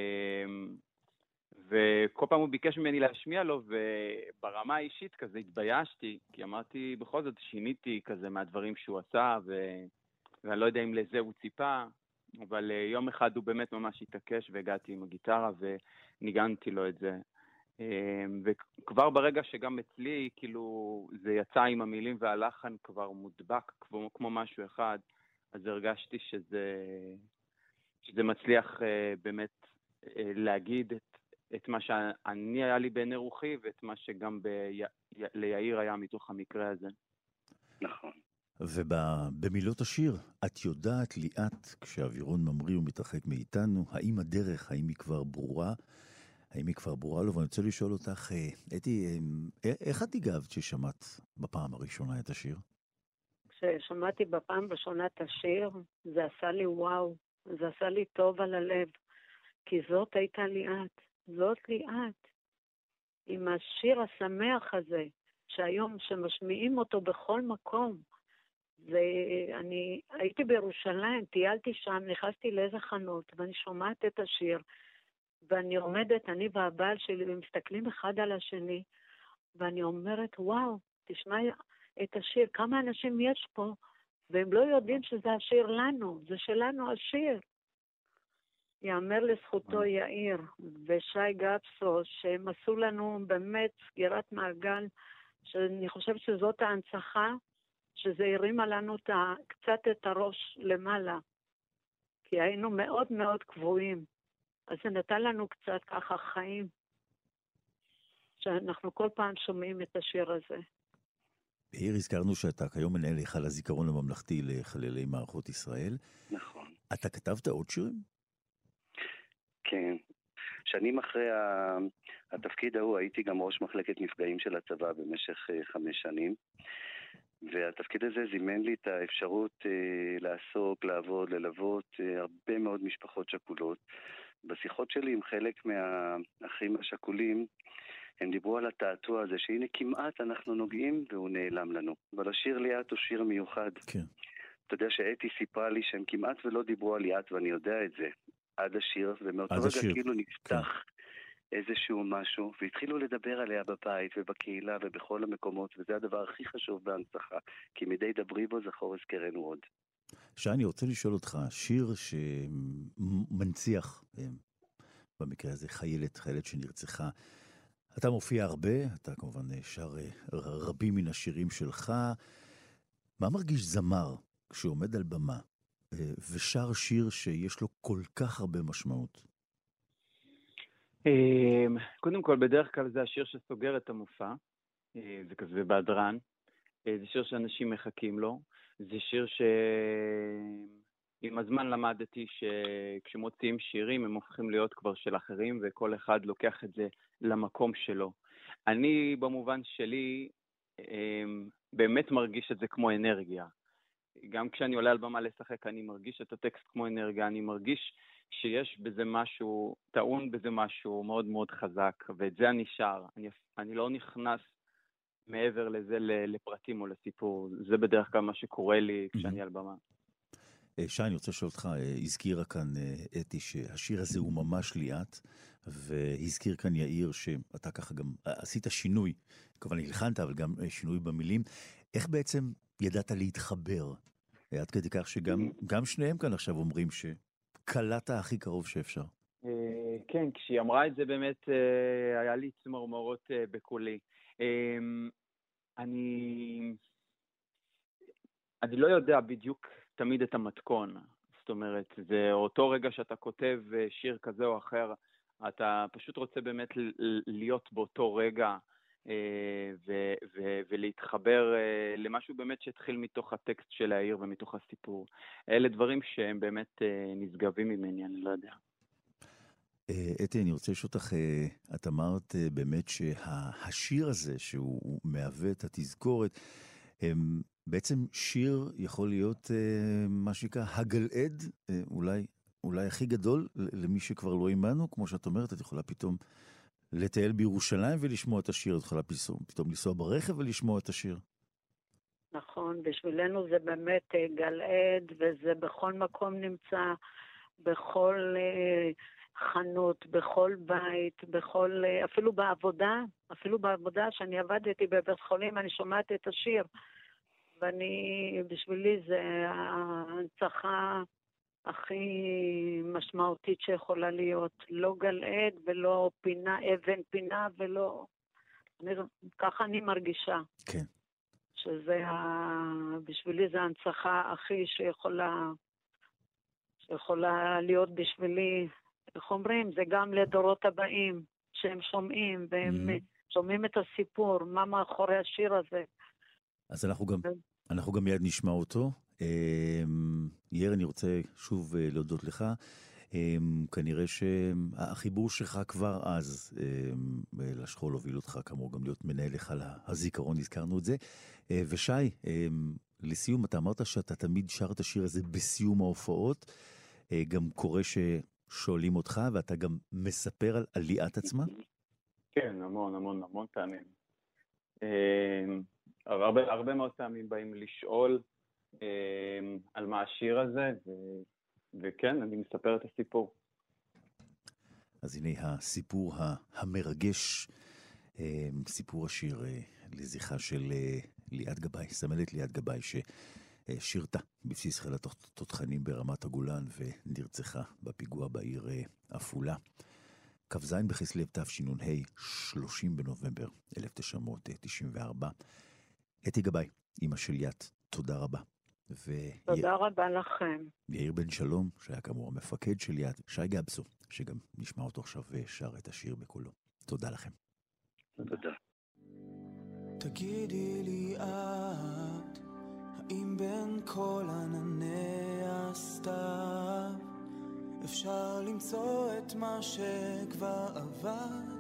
וכל פעם הוא ביקש ממני להשמיע לו, וברמה האישית כזה התביישתי, כי אמרתי, בכל זאת שיניתי כזה מהדברים שהוא עשה, ואני לא יודע אם לזה הוא ציפה, אבל יום אחד הוא באמת ממש התעקש, והגעתי עם הגיטרה וניגנתי לו את זה. וכבר ברגע שגם אצלי, כאילו, זה יצא עם המילים והלחן כבר מודבק, כמו משהו אחד, אז הרגשתי שזה מצליח באמת להגיד את מה שאני היה לי בעיני רוחי, ואת מה שגם ליאיר היה מתוך המקרה הזה. נכון. ובמילות השיר, את יודעת לי את, כשאווירון ממריא ומתרחק מאיתנו, האם הדרך, האם היא כבר ברורה? האם היא כבר ברורה לו? ואני רוצה לשאול אותך, אתי, איך את הגבת ששמעת בפעם הראשונה את השיר? כששמעתי בפעם הראשונה את השיר, זה עשה לי וואו, זה עשה לי טוב על הלב, כי זאת הייתה לי את, זאת לי את, עם השיר השמח הזה, שהיום שמשמיעים אותו בכל מקום. ואני הייתי בירושלים, טיילתי שם, נכנסתי לאיזה חנות, ואני שומעת את השיר, ואני עומדת, אני והבעל שלי, ומסתכלים אחד על השני, ואני אומרת, וואו, תשמע את השיר, כמה אנשים יש פה, והם לא יודעים שזה השיר לנו, זה שלנו השיר. יאמר לזכותו יאיר ושי גפסו, שהם עשו לנו באמת סגירת מעגל, שאני חושבת שזאת ההנצחה, שזה הרימה לנו קצת את הראש למעלה, כי היינו מאוד מאוד קבועים. אז זה נתן לנו קצת ככה חיים, שאנחנו כל פעם שומעים את השיר הזה. בעיר הזכרנו שאתה כיום מנהל היכל הזיכרון הממלכתי לחללי מערכות ישראל. נכון. אתה כתבת עוד שירים? כן. שנים אחרי התפקיד ההוא הייתי גם ראש מחלקת נפגעים של הצבא במשך 5 שנים. והתפקיד הזה זימן לי את האפשרות לעסוק, לעבוד, ללוות הרבה מאוד משפחות שכולות. בשיחות שלי עם חלק מהאחים השכולים, הם דיברו על התעתוע הזה, שהנה כמעט אנחנו נוגעים והוא נעלם לנו. אבל השיר ליאת הוא שיר מיוחד. כן. אתה יודע שאתי סיפרה לי שהם כמעט ולא דיברו על ליאת, ואני יודע את זה, עד השיר, ומאותו רגע כאילו נפתח איזשהו משהו, והתחילו לדבר עליה בבית ובקהילה ובכל המקומות, וזה הדבר הכי חשוב בהנצחה, כי מדי דברי בו זכור הזכרנו עוד. שי, אני רוצה לשאול אותך, שיר שמנציח, במקרה הזה חיילת שנרצחה, אתה מופיע הרבה, אתה כמובן שר רבים מן השירים שלך. מה מרגיש זמר כשהוא עומד על במה ושר שיר שיש לו כל כך הרבה משמעות? קודם כל, בדרך כלל זה השיר שסוגר את המופע, זה כזה בהדרן, זה שיר שאנשים מחכים לו, זה שיר שעם הזמן למדתי שכשמוציאים שירים הם הופכים להיות כבר של אחרים, וכל אחד לוקח את זה למקום שלו. אני במובן שלי באמת מרגיש את זה כמו אנרגיה. גם כשאני עולה על במה לשחק, אני מרגיש את הטקסט כמו אנרגיה, אני מרגיש שיש בזה משהו, טעון בזה משהו מאוד מאוד חזק, ואת זה אני שר. אני לא נכנס מעבר לזה לפרטים או לסיפור. זה בדרך כלל מה שקורה לי כשאני על במה. שי, אני רוצה לשאול אותך, הזכירה כאן אתי שהשיר הזה הוא ממש ליאת, והזכיר כאן יאיר שאתה ככה גם עשית שינוי, כמובן הלחנת, אבל גם שינוי במילים. איך בעצם ידעת להתחבר? עד כדי כך שגם שניהם כאן עכשיו אומרים שקלעת הכי קרוב שאפשר. כן, כשהיא אמרה את זה באמת היה לי צמרמורות בקולי. אני לא יודע בדיוק תמיד את המתכון. זאת אומרת, זה אותו רגע שאתה כותב שיר כזה או אחר, אתה פשוט רוצה באמת להיות באותו רגע ולהתחבר למשהו באמת שהתחיל מתוך הטקסט של העיר ומתוך הסיפור. אלה דברים שהם באמת נשגבים ממני, אני לא יודע. אתי, אני רוצה לשאול אותך, את אמרת באמת שהשיר הזה שהוא מהווה את התזכורת, בעצם שיר יכול להיות מה שנקרא הגלעד, אולי הכי גדול למי שכבר לא עימנו, כמו שאת אומרת, את יכולה פתאום לטייל בירושלים ולשמוע את השיר, את יכולה פתאום לנסוע ברכב ולשמוע את השיר. נכון, בשבילנו זה באמת גלעד, וזה בכל מקום נמצא, בכל חנות, בכל בית, אפילו בעבודה שאני עבדתי בבית חולים, אני שומעת את השיר, בשבילי זה ההנצחה הכי משמעותית שיכולה להיות. לא גלעד ולא אבן פינה ולא... ככה אני מרגישה. כן. בשבילי זה ההנצחה הכי שיכולה להיות בשבילי, איך אומרים, זה גם לדורות הבאים שהם שומעים, והם שומעים את הסיפור, מה מאחורי השיר הזה. אז אנחנו גם מיד נשמע אותו. יאיר, אני רוצה שוב להודות לך. כנראה שהחיבור שלך כבר אז לשכול הוביל אותך, כמו גם להיות מנהל לך הזיכרון, הזכרנו את זה. ושי, לסיום, אתה אמרת שאתה תמיד שר את השיר הזה בסיום ההופעות. גם קורה ששואלים אותך, ואתה גם מספר על ליאת עצמה? כן, המון פעמים. הרבה מאוד פעמים באים לשאול על מה השיר הזה, וכן, אני מספר את הסיפור. אז הנה הסיפור המרגש, סיפור השיר לזכרה של ליאת גבאי, סמלת ליאת גבאי, ששירתה בבסיס חיל התותחנים ברמת הגולן ונרצחה בפיגוע בעיר עפולה. כ"ז בכסלו תשנ"ה, 30 בנובמבר 1994. אתי גבאי, אמא של ליאת, תודה רבה. תודה רבה לכם. יאיר בן שלום, שהיה כאמור המפקד של ליאת, שי גבסו, שגם נשמע אותו עכשיו ושר את השיר בקולו. תודה לכם. תודה. תגידי לי את, האם בין כל ענני הסתיו אפשר למצוא את מה שכבר עבד?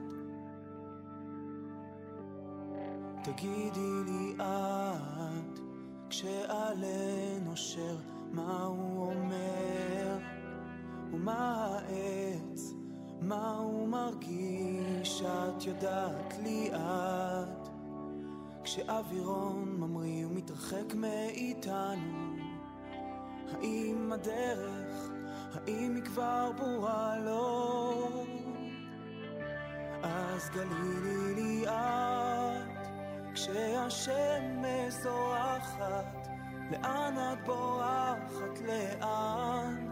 תגידי לי את, כשעלה נושר, מה הוא אומר? ומה העץ, מה הוא מרגיש? את יודעת לי את, כשאווירון ממריא ומתרחק מאיתנו, האם הדרך, האם היא כבר ברורה לו? אז גלילי לי את, כשהשמש זורחת, לאן את בורחת, לאן?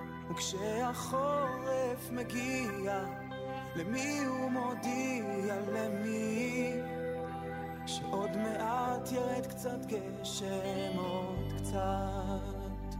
וכשהחורף מגיע, למי הוא מודיע, למי? שעוד מעט ירד קצת גשם, עוד קצת.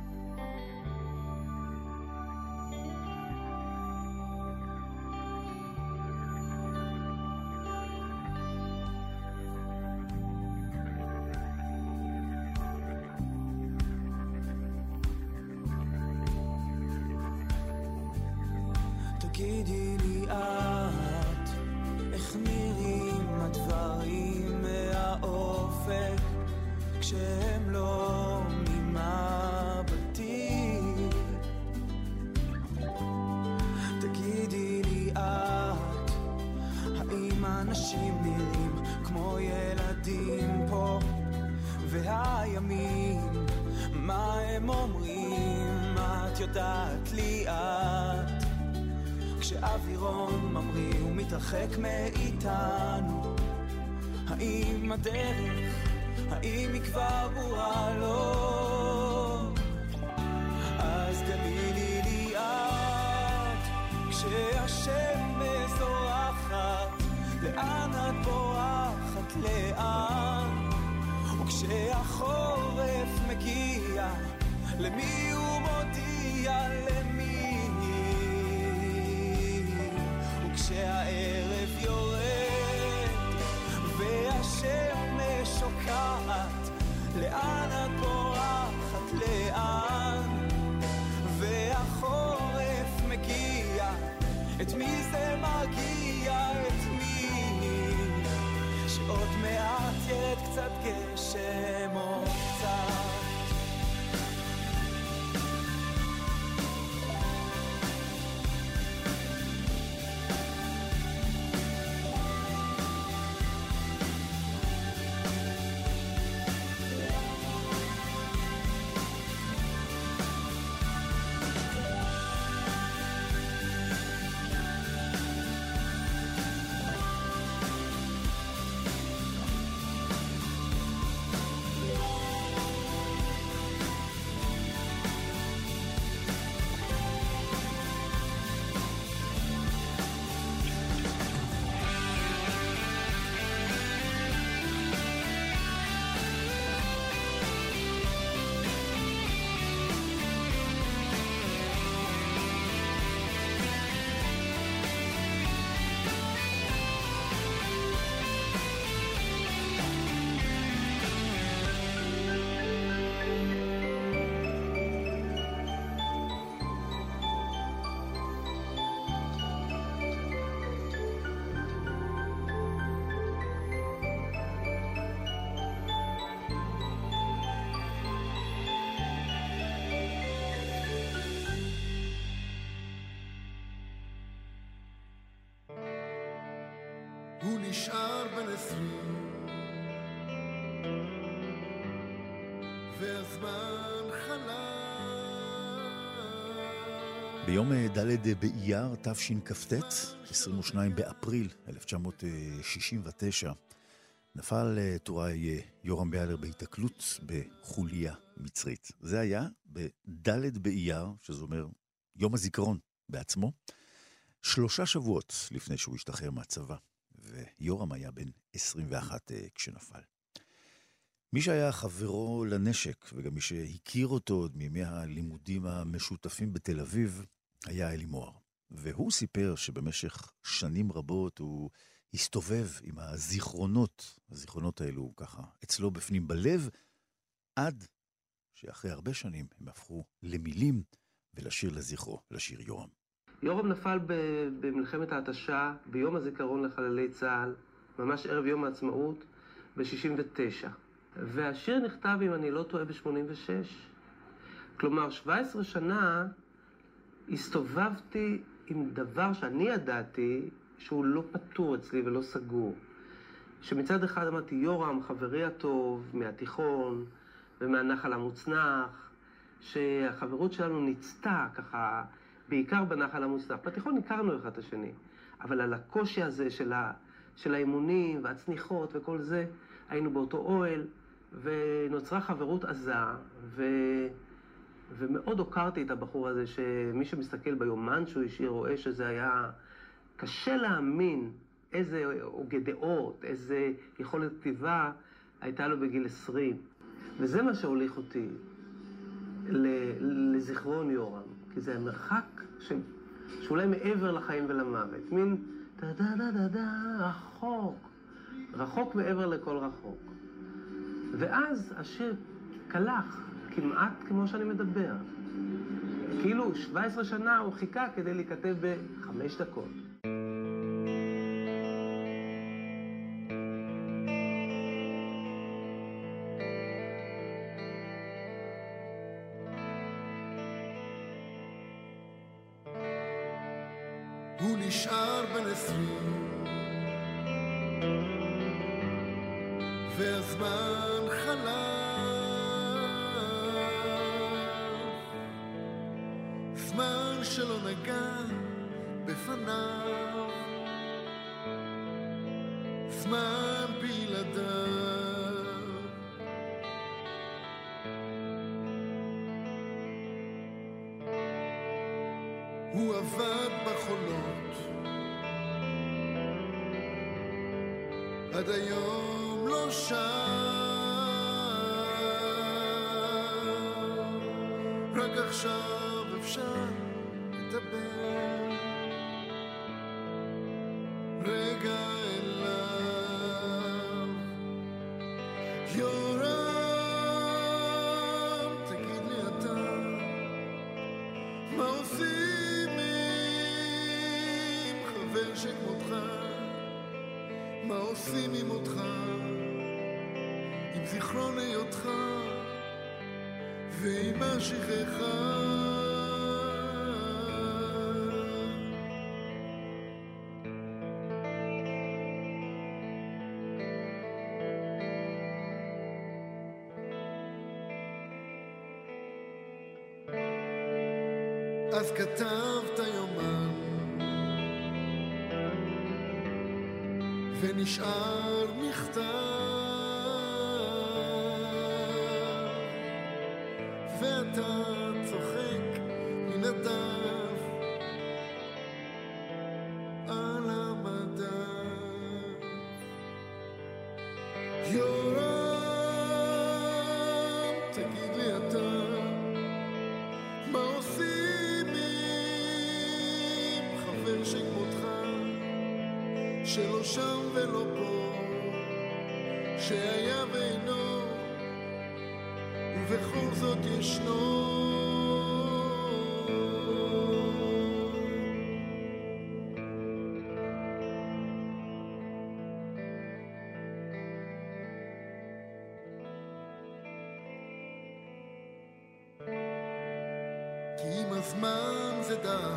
תגידי לי את, איך נראים הדברים מהאופק, כשהם לא ממבטי? תגידי לי את, האם אנשים נראים כמו ילדים פה, והימים, מה הם אומרים? את יודעת לי את, כשאווירון ממריא ומתרחק מאיתנו, האם הדרך, האם היא כבר ברורה לו? אז גלילי לי את, כשהשמש זורחת, לאן את בורחת, לאן? וכשהחורף מגיע, למי הוא מודיע, למי? כשהערב יורד והשמש שוקעת, לאן את בורחת, לאן? והחורף מגיע, את מי זה מגיע, את מי? שעוד מעט ירד קצת גשם או קצת. הוא נשאר בן 20 והזמן חלף. ביום ד' באייר תשכ"ט, 22 באפריל 1969, נפל טוראי יורם ביאלר בהיתקלות בחוליה מצרית. זה היה בד' באייר, שזה אומר יום הזיכרון בעצמו, 3 שבועות לפני שהוא השתחרר מהצבא. ויורם היה בן 21 כשנפל. מי שהיה חברו לנשק, וגם מי שהכיר אותו עוד מימי הלימודים המשותפים בתל אביב, היה אלי מוהר. והוא סיפר שבמשך שנים רבות הוא הסתובב עם הזיכרונות האלו ככה, אצלו בפנים בלב, עד שאחרי הרבה שנים הם הפכו למילים ולשיר לזכרו, לשיר יורם. יורם נפל במלחמת ההתשה, ביום הזיכרון לחללי צה"ל, ממש ערב יום העצמאות, ב-69. והשיר נכתב, אם אני לא טועה, ב-86. כלומר, 17 שנה הסתובבתי עם דבר שאני ידעתי שהוא לא פתור אצלי ולא סגור. שמצד אחד אמרתי, יורם, חברי הטוב, מהתיכון ומהנחל המוצנח, שהחברות שלנו ניצתה ככה, בעיקר בנחל המוצנח. בתיכון הכרנו אחד את השני. אבל על הקושי הזה של האימונים והצניחות וכל זה, היינו באותו אוהל, ונוצרה חברות עזה, ומאוד הוקרתי את הבחור הזה, שמי שמסתכל ביומן שהוא השאיר רואה שזה היה קשה להאמין איזה הוגה דעות, איזה יכולת כתיבה הייתה לו בגיל 20. וזה מה שהוליך אותי לזיכרון יורם, כי זה המרחק שאולי מעבר לחיים ולמוות, מין רחוק, רחוק מעבר לכל רחוק. ואז השיר קלח כמעט כמו שאני מדבר. כאילו 17 שנה הוא חיכה כדי להיכתב ב5 דקות. הוא נשאר בן 20 והזמן חלף, זמן שלא נגע בפניו, זמן בלעדיו. הוא עבד בחולות עד היום לא שם, רק עכשיו אפשר לדבר רגע אליו. יורם, תגיד לי אתה, מה עושים עם חבר שכמותך? מה עושים עם אותך, עם זיכרון היותך ועם השכחה? אז כתבת יומן ונשאר מכתב, ואתה צוחק מן הדף על המדף. יורם, תגיד לי אתה, מה עושים עם חבר שכמותך, שלא שם ולא פה, שהיה ואינו ובכל זאת ישנו? כי עם הזמן זה דח,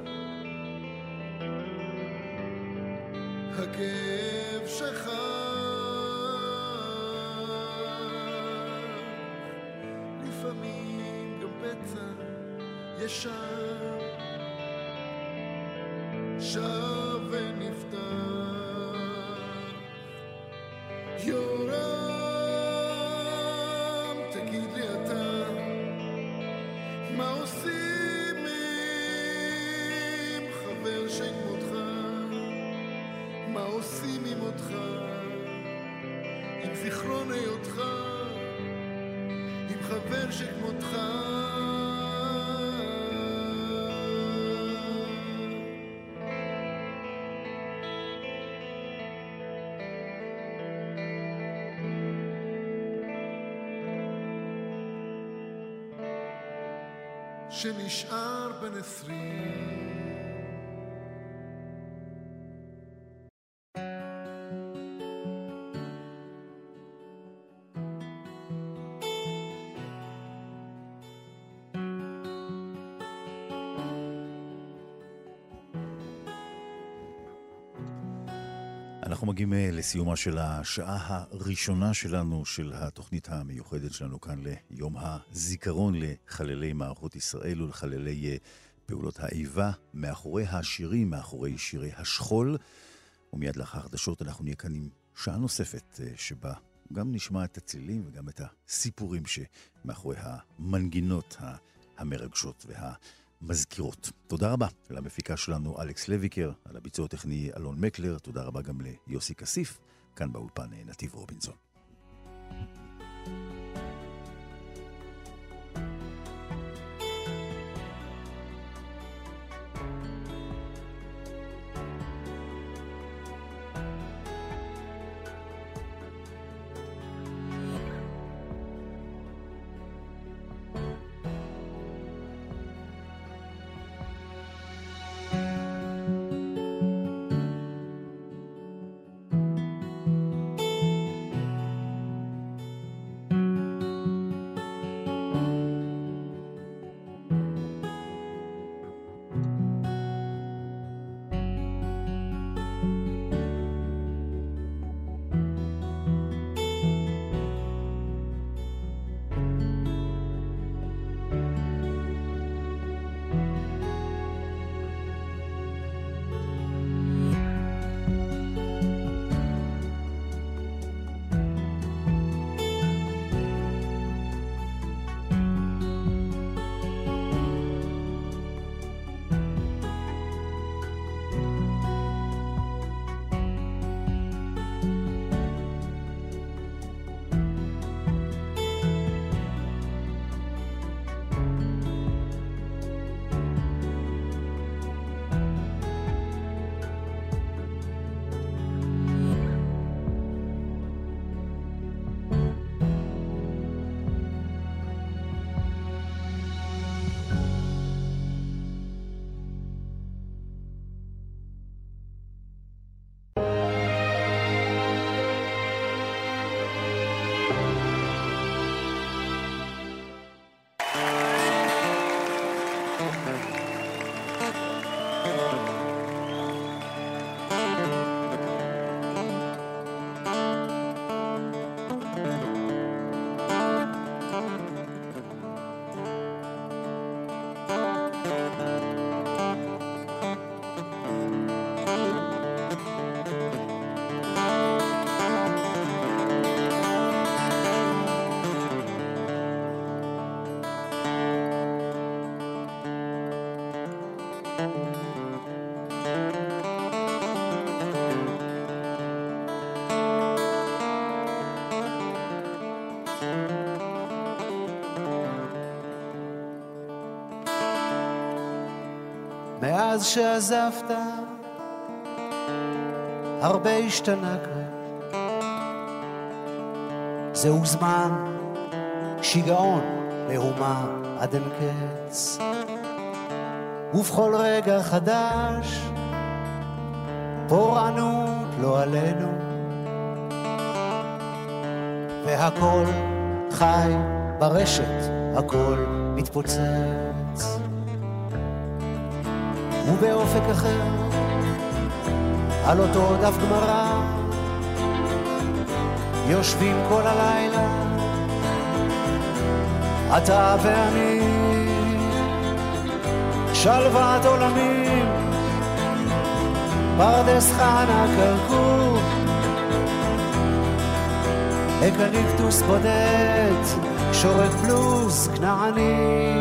הכאב שכח, לפעמים גם פצע ישר שב ונפתח. יורם, תגיד לי אתה, מה עושים עם חבר שכמותך? מה עושים עם אותך, עם זיכרון היותך, עם חבר שכמותך? שנשאר בן 20. אנחנו מגיעים לסיומה של השעה הראשונה שלנו, של התוכנית המיוחדת שלנו כאן ליום הזיכרון לחללי מערכות ישראל ולחללי פעולות האיבה, מאחורי השירים, מאחורי שירי השכול. ומיד לאחר החדשות אנחנו נהיה כאן עם שעה נוספת שבה גם נשמע את הצלילים וגם את הסיפורים שמאחורי המנגינות המרגשות והמזכירות. תודה רבה למפיקה שלנו אלכס לויקר, על הביצוע הטכני אלון מקלר, תודה רבה גם ליוסי כסיף, כאן באולפן נתיב רובינסון. מאז שעזבת הרבה השתנה כבר, זהו זמן שיגעון מהומה עד אין קץ, ובכל רגע חדש פורענות לא עלינו, והכל חי ברשת, הכל מתפוצץ, ובאופק אחר על אותו דף גמרא יושבים כל הלילה אתה ואני, שלוות עולמים פרדס חנה כרכור, אקליפטוס בודד שורק בלוז כנעני,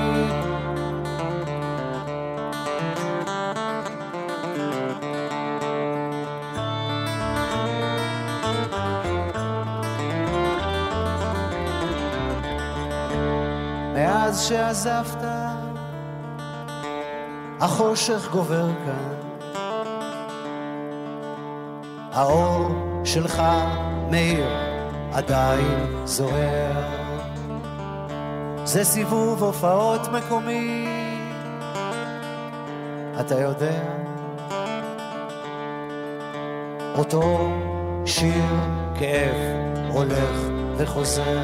מאז שעזבת החושך גובר כאן, האור שלך מאיר עדיין זוהר, זה סיבוב הופעות מקומי, אתה יודע, אותו שיר כאב הולך וחוזר,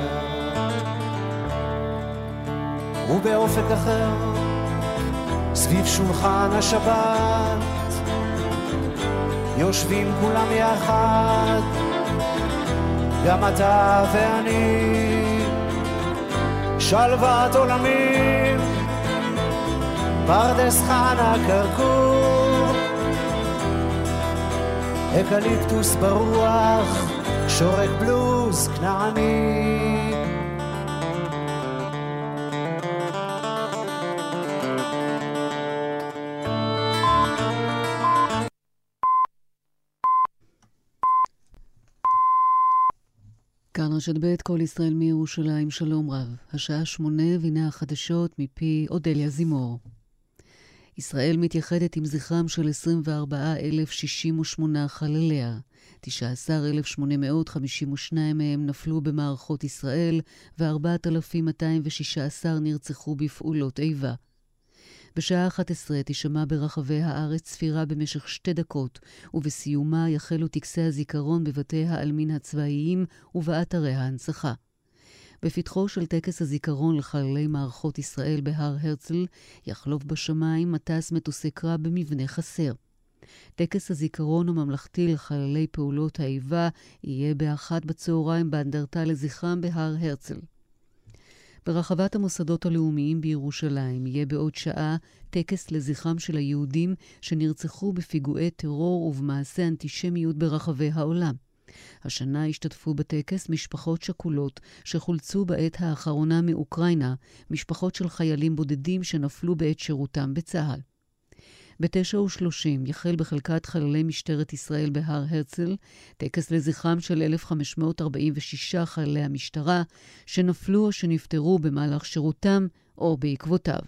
ובאופק אחר סביב שולחן השבת יושבים כולם יחד, גם אתה ואני, שלוות עולמים פרדס חנה כרכור, אקליפטוס ברוח, שורק בלוז כנעני. כאן רשת ב' כל ישראל מירושלים, שלום רב. השעה 8 והנה החדשות מפי אודליה זימור. ישראל מתייחדת עם זכרם של 24,068 חלליה. 19,852 מהם נפלו במערכות ישראל ו-4,216 נרצחו בפעולות איבה. בשעה 11 תשמע ברחבי הארץ ספירה במשך 2 דקות, ובסיומה יחלו טקסי הזיכרון בבתי העלמין הצבאיים ובאתרי ההנצחה. בפתחו של טקס הזיכרון לחללי מערכות ישראל בהר הרצל, יחלוף בשמיים מטס מטוסי קרב במבנה חסר. טקס הזיכרון הממלכתי לחללי פעולות האיבה יהיה ב13:00 באנדרטה לזכרם בהר הרצל. ברחבת המוסדות הלאומיים בירושלים יהיה בעוד שעה טקס לזכרם של היהודים שנרצחו בפיגועי טרור ובמעשי אנטישמיות ברחבי העולם. השנה השתתפו בטקס משפחות שכולות שחולצו בעת האחרונה מאוקראינה, משפחות של חיילים בודדים שנפלו בעת שירותם בצה"ל. ב9:30 יחל בחלקת חללי משטרת ישראל בהר הרצל, טקס לזכרם של 1,546 חללי המשטרה שנפלו או שנפטרו במהלך שירותם או בעקבותיו.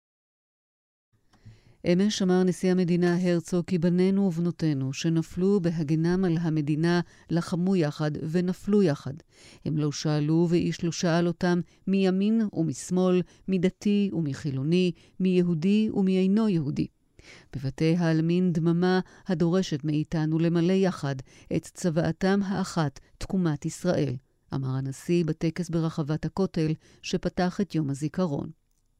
אמש אמר נשיא המדינה הרצוג כי בנינו ובנותינו שנפלו בהגנם על המדינה לחמו יחד ונפלו יחד. הם לא שאלו ואיש לא שאל אותם מימין ומשמאל, מדתי ומחילוני, מיהודי ומאינו יהודי. בבתי העלמין דממה הדורשת מאיתנו למלא יחד את צוואתם האחת, תקומת ישראל, אמר הנשיא בטקס ברחבת הכותל שפתח את יום הזיכרון.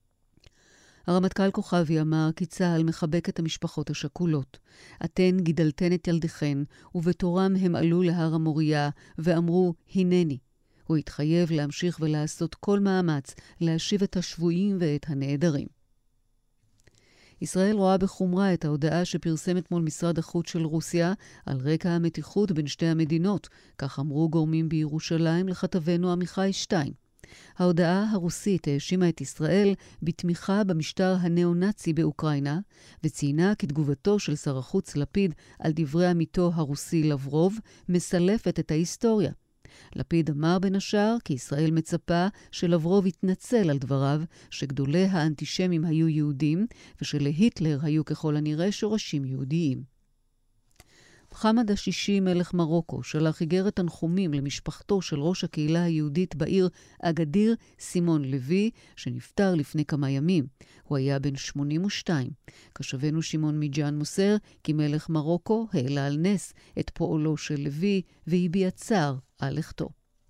הרמטכ"ל כוכבי אמר כי צה"ל מחבק את המשפחות השכולות. אתן גידלתן את ילדיכן, ובתורם הם עלו להר המוריה ואמרו, הנני. הוא התחייב להמשיך ולעשות כל מאמץ להשיב את השבויים ואת הנעדרים. ישראל רואה בחומרה את ההודעה שפרסם אתמול משרד החוץ של רוסיה על רקע המתיחות בין שתי המדינות, כך אמרו גורמים בירושלים לכתבנו עמיחי שטיין. ההודעה הרוסית האשימה את ישראל בתמיכה במשטר הנאו-נאצי באוקראינה, וציינה כי תגובתו של שר החוץ לפיד על דברי עמיתו הרוסי לברוב מסלפת את ההיסטוריה. לפיד אמר בין השאר כי ישראל מצפה שלברוב יתנצל על דבריו שגדולי האנטישמים היו יהודים ושלהיטלר היו ככל הנראה שורשים יהודיים. מוחמד השישי מלך מרוקו שלח איגרת תנחומים למשפחתו של ראש הקהילה היהודית בעיר אגדיר סימון לוי שנפטר לפני כמה ימים. הוא היה בן 82. כשבנו שמעון מיג'אן מוסר כי מלך מרוקו העלה על נס את פועלו של לוי והביע צער על לכתו.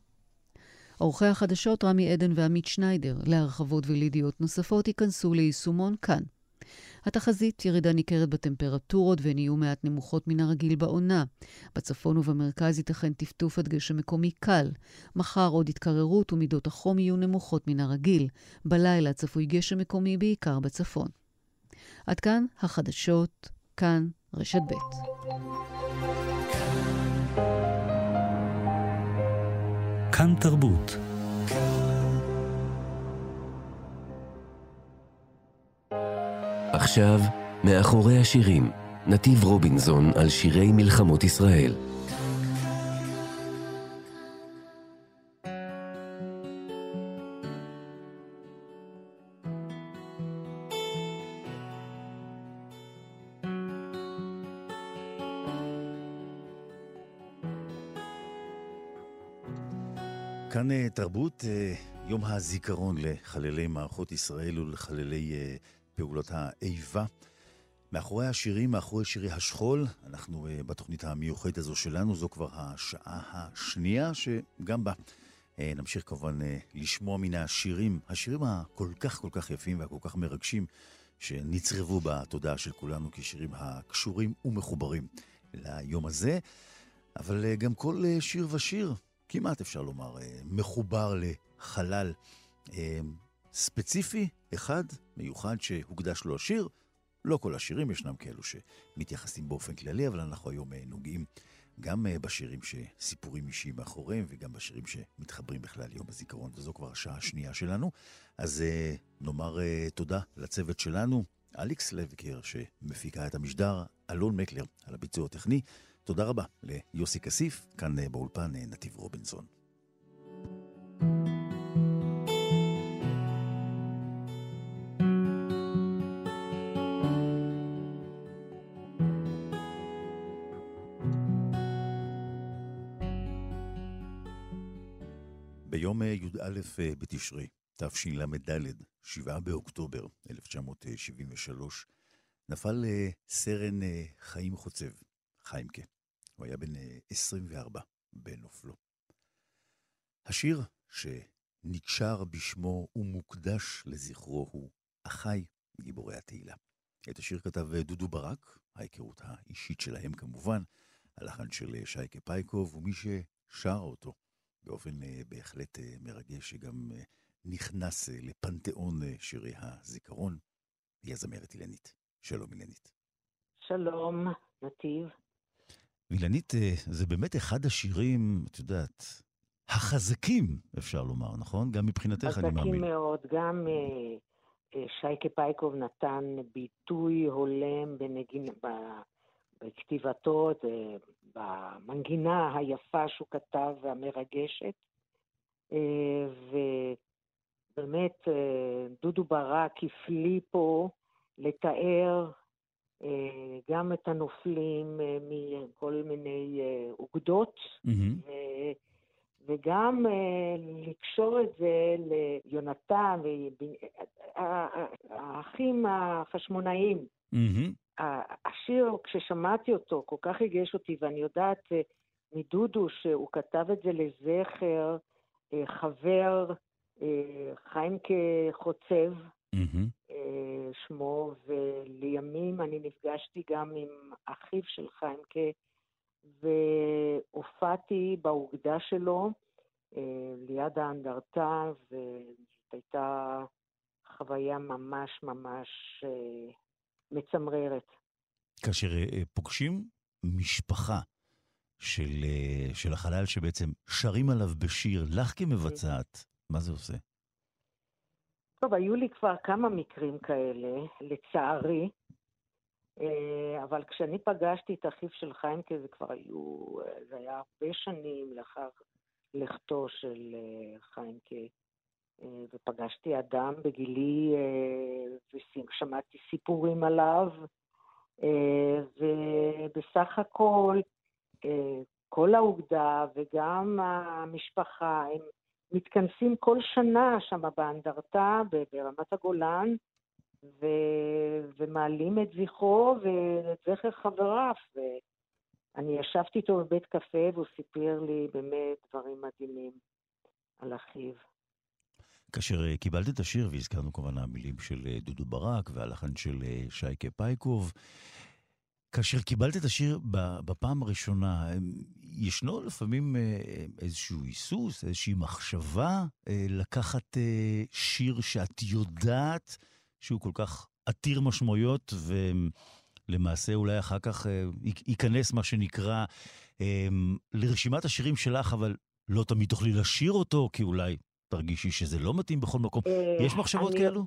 עורכי החדשות רמי עדן ועמית שניידר להרחבות ולידיעות נוספות ייכנסו ליישומון כאן. התחזית ירידה ניכרת בטמפרטורות והן יהיו מעט נמוכות מן הרגיל בעונה. בצפון ובמרכז ייתכן טפטוף עד גשם מקומי קל. מחר עוד התקררות ומידות החום יהיו נמוכות מן הרגיל. בלילה צפוי גשם מקומי בעיקר בצפון. עד כאן החדשות, כאן רשת ב'. כאן תרבות. עכשיו, מאחורי השירים, נתיב רובינזון על שירי מלחמות ישראל. כאן תרבות, יום הזיכרון לחללי מערכות ישראל ולחללי פעולות האיבה. מאחורי השירים, מאחורי שירי השכול, אנחנו בתוכנית המיוחדת הזו שלנו, זו כבר השעה השנייה, שגם בה נמשיך כמובן לשמוע מן השירים הכל כך יפים והכל כך מרגשים, שנצרבו בתודעה של כולנו כשירים הקשורים ומחוברים ליום הזה. אבל גם כל שיר ושיר, כמעט אפשר לומר, מחובר לחלל ספציפי, אחד, מיוחד שהוקדש לו השיר. לא כל השירים, ישנם כאלו שמתייחסים באופן כללי, אבל אנחנו היום נוגעים גם בשירים שסיפורים אישיים מאחוריהם, וגם בשירים שמתחברים בכלל יום הזיכרון, וזו כבר השעה השנייה שלנו. אז נאמר תודה לצוות שלנו, אליקס לבקר שמפיקה את המשדר, אלון מקלר על הביצוע הטכני. תודה רבה ליוסי כסיף, כאן באולפן נתיב רובינסון. ביום י"א בתשרי, תשל"ד, 7 באוקטובר 1973, נפל סרן חיים חוצב, חיימקה. הוא היה בן 24 בנופלו. השיר שנקשר בשמו ומוקדש לזכרו הוא אחי גיבורי התהילה. את השיר כתב דודו ברק, ההיכרות האישית שלהם כמובן, הלחן של שייקה פייקוב, ומי ששר אותו באופן בהחלט מרגש, שגם נכנס לפנתיאון שירי הזיכרון, היא הזמרת אילנית. שלום אילנית. שלום, נתיב. אילנית, זה באמת אחד השירים, את יודעת, החזקים, אפשר לומר, נכון? גם מבחינתך אני מאמין. חזקים מאוד, גם שייקה פייקוב נתן ביטוי הולם בכתיבתו, במנגינה היפה שהוא כתב והמרגשת, ובאמת דודו ברק הפליא פה לתאר גם את הנופלים מכל מיני אוגדות, וגם לקשור את זה ליונתן והאחים החשמונאים. השיר, כששמעתי אותו, כל כך הרגש אותי, ואני יודעת מדודו שהוא כתב את זה לזכר חבר חיימקה חוצב, שמו, ולימים אני נפגשתי גם עם אחיו של חיימקה, והופעתי באוגדה שלו ליד האנדרטה, וזאת הייתה חוויה ממש ממש מצמררת. כאשר פוגשים משפחה של החלל שבעצם שרים עליו בשיר, לך כמבצעת, מה זה עושה? טוב, היו לי כבר כמה מקרים כאלה, לצערי, אבל כשאני פגשתי את אחיו של חיימקה, זה היה הרבה שנים לאחר לכתו של חיימקה, ופגשתי אדם בגילי, ושמעתי סיפורים עליו, ובסך הכל, כל האוגדה וגם המשפחה, הם מתכנסים כל שנה שם באנדרטה, ברמת הגולן, ומעלים את זכרו ואת זכר חבריו. ואני ישבתי איתו בבית קפה, והוא סיפר לי באמת דברים מדהימים על אחיו. כאשר קיבלת את השיר, והזכרנו כמובן המילים של דודו ברק והלחן של שייקה פייקוב, כאשר קיבלת את השיר בפעם הראשונה, ישנו לפעמים איזשהו היסוס, איזושהי מחשבה לקחת שיר שאת יודעת שהוא כל כך עתיר משמעויות, ולמעשה אולי אחר כך ייכנס מה שנקרא לרשימת השירים שלך, אבל לא תמיד תוכלי לשיר אותו, כי אולי תרגישי שזה לא מתאים בכל מקום. יש מחשבות כאלו?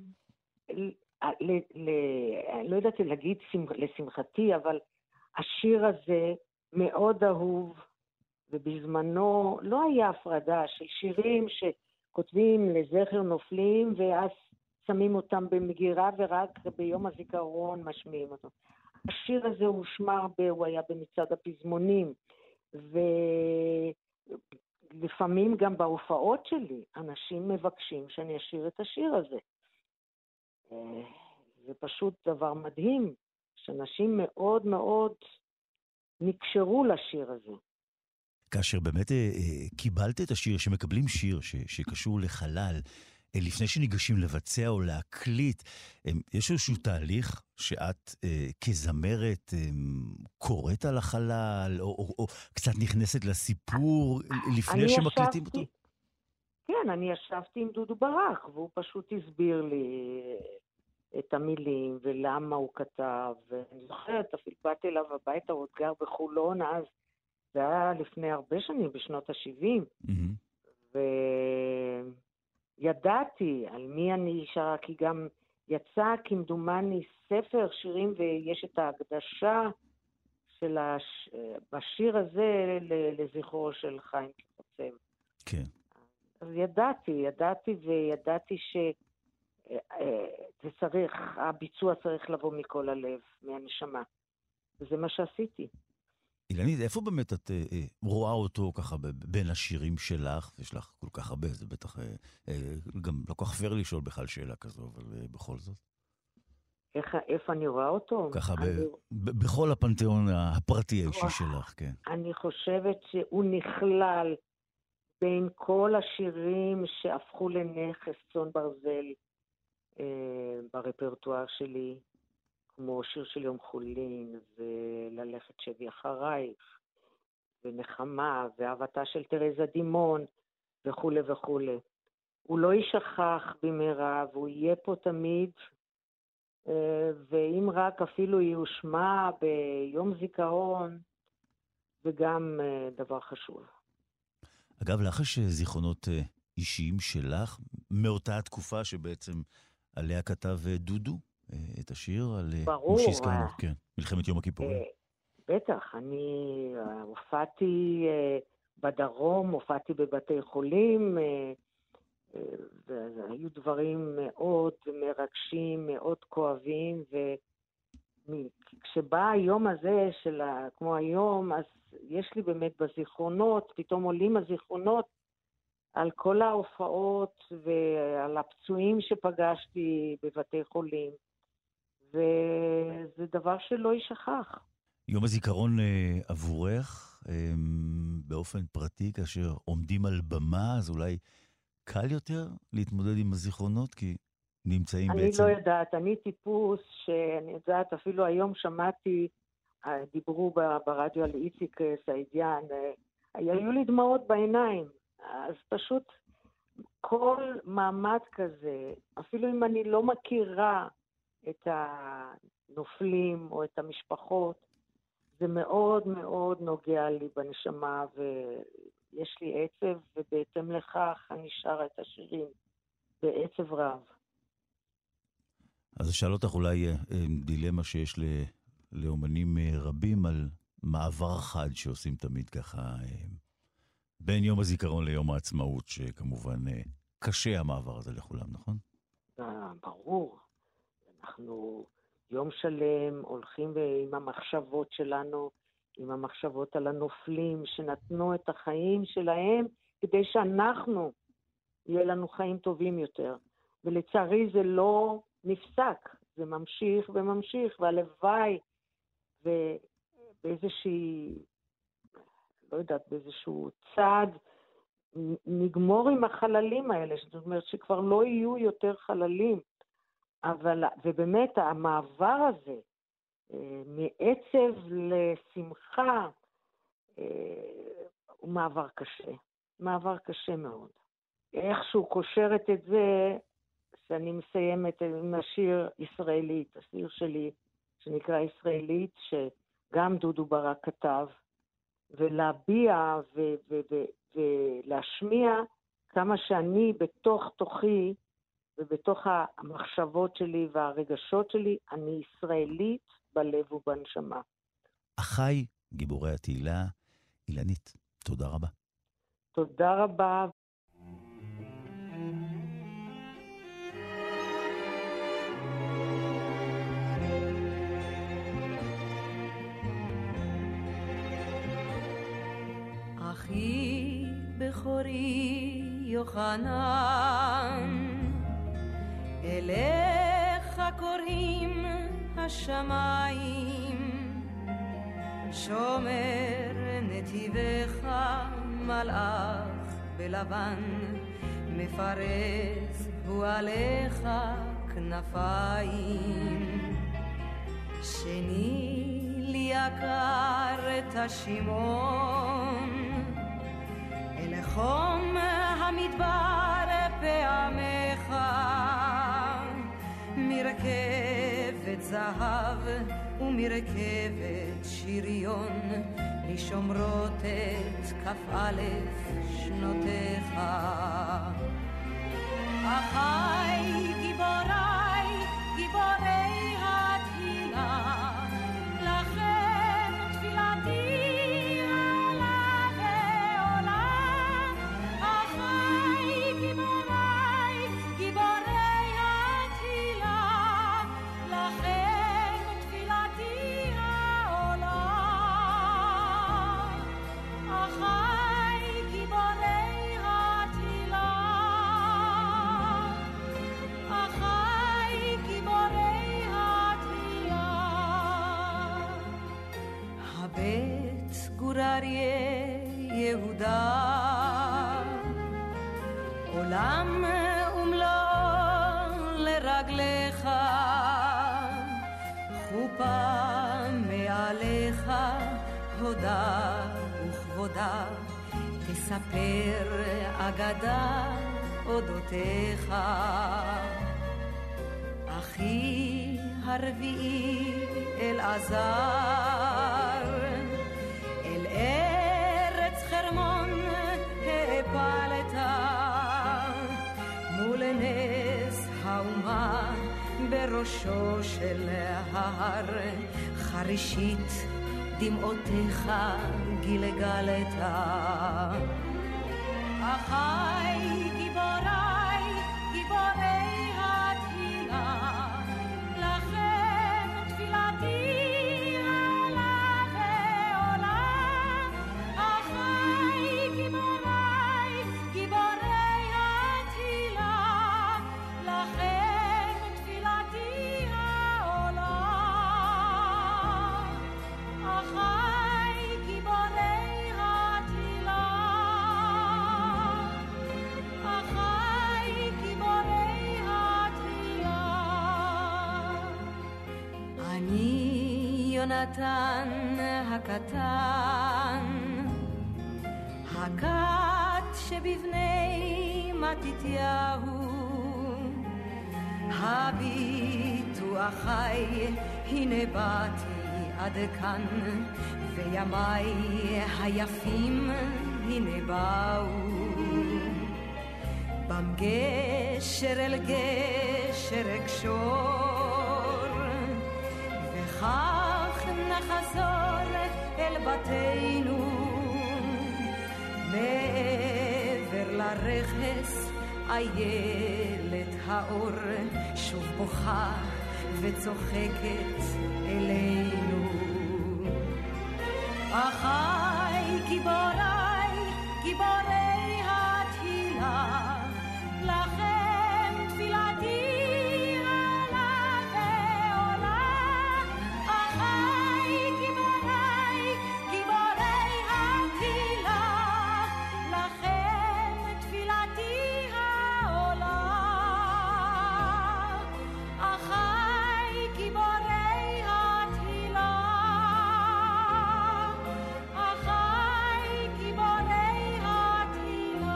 לא יודעת להגיד לשמחתי, אבל השיר הזה מאוד אהוב, ובזמנו לא היה הפרדה של שירים שכותבים לזכר נופלים, ואז שמים אותם במגירה, ורק ביום הזיכרון משמיעים אותו. השיר הזה הוא היה במצעד הפזמונים, ולפעמים גם בהופעות שלי, אנשים מבקשים שאני אשיר את השיר הזה. זה פשוט דבר מדהים, שאנשים מאוד מאוד נקשרו לשיר הזה. כאשר באמת קיבלת את השיר, שמקבלים שיר שקשור לחלל, לפני שניגשים לבצע או להקליט, יש איזשהו תהליך שאת כזמרת קוראת על החלל, או קצת נכנסת לסיפור לפני שמקליטים אותו? כן, כן, אני ישבתי עם דודו ברק, והוא פשוט הסביר לי את המילים ולמה הוא כתב, ואני זוכרת, אפילו באתי אליו הביתה, הוא גר בחולון אז, זה היה לפני הרבה שנים, בשנות ה-70, וידעתי על מי אני שרה, כי גם יצא כמדומני ספר שירים, ויש את ההקדשה של בשיר הזה לזכרו של חיים כחוצב. כן. אז ידעתי וידעתי זה צריך, הביצוע צריך לבוא מכל הלב, מהנשמה. וזה מה שעשיתי. אילנית, איפה באמת את רואה אותו ככה בין השירים שלך? יש לך כל כך הרבה, זה בטח גם לא כל כך פייר לשאול בכלל שאלה כזו, אבל בכל זאת. איפה אני רואה אותו? ככה בכל הפנתיאון הפרטי האישי שלך, כן. אני חושבת שהוא נכלל בין כל השירים שהפכו לנכס צאן ברזל ברפרטואר שלי, כמו שיר של יום חולין, וללכת שבי אחרייך, ונחמה, ואהבתה של תרזה דימון, וכו' וכו'. הוא לא יישכח במהרה, והוא יהיה פה תמיד, ואם רק אפילו יושמע ביום זיכרון, וגם דבר חשוב. אגב, לך יש זיכרונות אישיים שלך, מאותה התקופה שבעצם עליה כתב דודו את השיר, על ברור. שהזכרנו, כן, מלחמת יום הכיפורים. בטח, אני הופעתי בדרום, הופעתי בבתי חולים, והיו דברים מאוד מרגשים, מאוד כואבים, וכשבא היום הזה, כמו היום, אז יש לי באמת בזיכרונות, פתאום עולים הזיכרונות על כל ההופעות ועל הפצועים שפגשתי בבתי חולים, וזה דבר שלא יישכח. יום הזיכרון עבורך, באופן פרטי, כאשר עומדים על במה, אז אולי קל יותר להתמודד עם הזיכרונות, כי נמצאים בעצם... אני לא יודעת, אני טיפוס שאני יודעת, אפילו היום שמעתי, דיברו ברדיו על איציק סעידיאן, היו לי דמעות בעיניים, אז פשוט כל מעמד כזה, אפילו אם אני לא מכירה את הנופלים או את המשפחות, זה מאוד מאוד נוגע לי בנשמה, ויש לי עצב, ובהתאם לכך אני שרה את השירים בעצב רב. אז אשאל אותך אולי דילמה שיש לאומנים רבים על מעבר חד שעושים תמיד ככה בין יום הזיכרון ליום העצמאות, שכמובן קשה המעבר הזה לכולם, נכון? ברור. אנחנו יום שלם הולכים עם המחשבות שלנו, עם המחשבות על הנופלים שנתנו את החיים שלהם, כדי שאנחנו יהיה לנו חיים טובים יותר. ולצערי זה לא נפסק, זה ממשיך וממשיך, והלוואי ובאיזושהי, לא יודעת, באיזשהו צעד, נגמור עם החללים האלה, זאת אומרת שכבר לא יהיו יותר חללים, אבל, ובאמת המעבר הזה, מעצב לשמחה, הוא מעבר קשה מאוד. איכשהו קושרת את זה, שאני מסיימת עם השיר ישראלית, השיר שלי שנקרא ישראלית, שגם דודו ברק כתב, ולהביע ולהשמיע כמה שאני בתוך תוכי, ובתוך המחשבות שלי והרגשות שלי, אני ישראלית בלב ובנשמה. אחי, גיבורי התהילה, אילנית, תודה רבה. תודה רבה. אחי בכורי יוחנן, אליך קוראים השמיים, שומר נתיבך מלאך בלבן, מפרס הוא עליך כנפיים. שני לי יקר את השימון, אל חום המדבר בעמך, מרכבת זהב ומרכבת שריון, לשומרות את כ"א שנותיך. אחי גיבורי, גיבורי התהילה, לכם תפילתי עלה ועולה. אחי גיבורי, גיבורי התהילה, לכם תפילתי העולה. אחי גיבורי התהילה, אחי גיבורי התהילה. הבית גור אריה יהודה, עולם ומלואו לרגליך, חופה מעליך, הודה וכבודה, תספר אגדה אודותיך. אחי הרביעי אלעזר, אל ארץ חרמון הפלת, מול נס האומה בראשו של ההר, חרישית דמעותיך גלגלת. אחי גיבורי, גיבורי התהילה, לכם תפילתי עלה ועולה. אחי גיבורי, גיבורי התהילה, לכם תפילתי העולה. אחי גיבורי התהילה, אחי גיבורי התהילה. אני יונתן הקטן, הכת שבבני מתתיהו, הביטו אחי, הנה באתי עד כאן, וימיי היפים הנה באו. במגשר אל גשר אקשור, וכך נחזור אל בתינו, מעבר לרכס איילת האור שוב בוכה וצוחקת אלינו. אחי גיבורי, גיבורי התהילה, לכם תפילתי עלה ועולה. אחי גיבורי, גיבורי התהילה, לכם תפילתי העולה. אחי גיבורי התהילה, אחי גיבורי התהילה.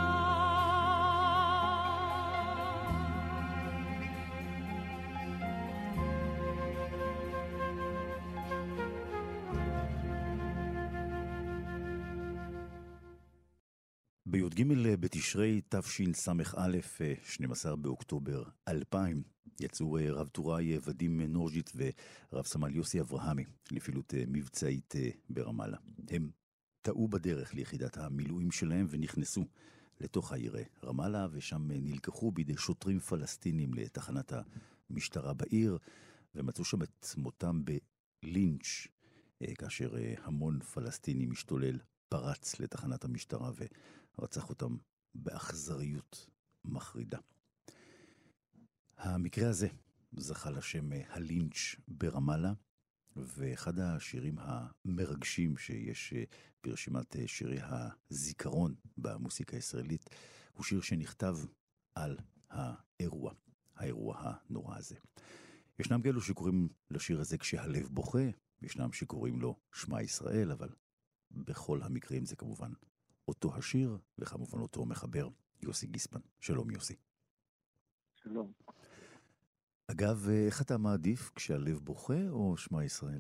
בי"ג בתשרי תשס"א, 12 באוקטובר 2000, יצאו רב טוראי ודים נורג'יט ורב סמל יוסי אברהמי לפעילות מבצעית ברמאללה. הם טעו בדרך ליחידת המילואים שלהם ונכנסו לתוך העיר רמאללה, ושם נלקחו בידי שוטרים פלסטינים לתחנת המשטרה בעיר, ומצאו שם את מותם בלינץ', כאשר המון פלסטינים משתולל פרץ לתחנת המשטרה ורצח אותם באכזריות מחרידה. המקרה הזה זכה לשם הלינץ' ברמאללה, ואחד השירים המרגשים שיש ברשימת שירי הזיכרון במוסיקה הישראלית הוא שיר שנכתב על האירוע הנורא הזה. ישנם כאלו שקוראים לשיר הזה כשהלב בוכה, ישנם שקוראים לו שמע ישראל, אבל בכל המקרים זה כמובן אותו השיר, וכמובן אותו מחבר יוסי גיספן. שלום יוסי. שלום. אגב, איך אתה מעדיף, כשהלב בוכה או שמע ישראל?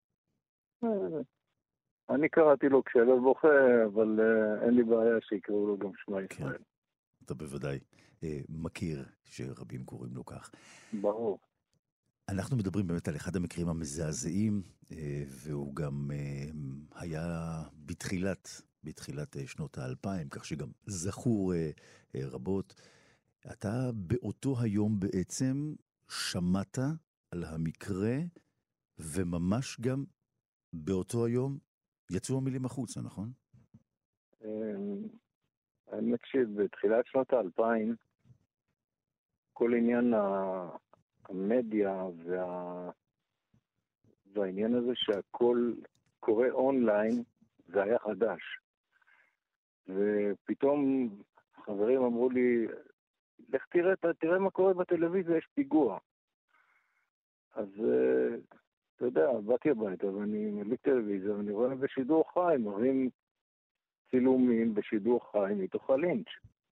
אני קראתי לו כשהלב בוכה, אבל אין לי בעיה שיקראו לו גם שמע ישראל. אתה בוודאי מכיר שרבים קוראים לו כך. ברור. אנחנו מדברים באמת על אחד המקרים המזעזעים, והוא גם היה בתחילת שנות ה-2000, כך שגם זכור רבות. אתה באותו היום בעצם שמעת על המקרה, וממש גם באותו היום יצאו המילים החוצה, נכון? האמת שבתחילת שנות ה-2000, כל עניין המדיה והעניין הזה שהכל קורה אונליין, זה היה חדש. ופתאום חברים אמרו לי, לך תראה מה קורה בטלוויזיה, יש פיגוע. אז אתה יודע, באתי הביתה ואני מדליק טלוויזיה ואני רואה בשידור חי, מראים צילומים בשידור חי מתוך הלינץ'.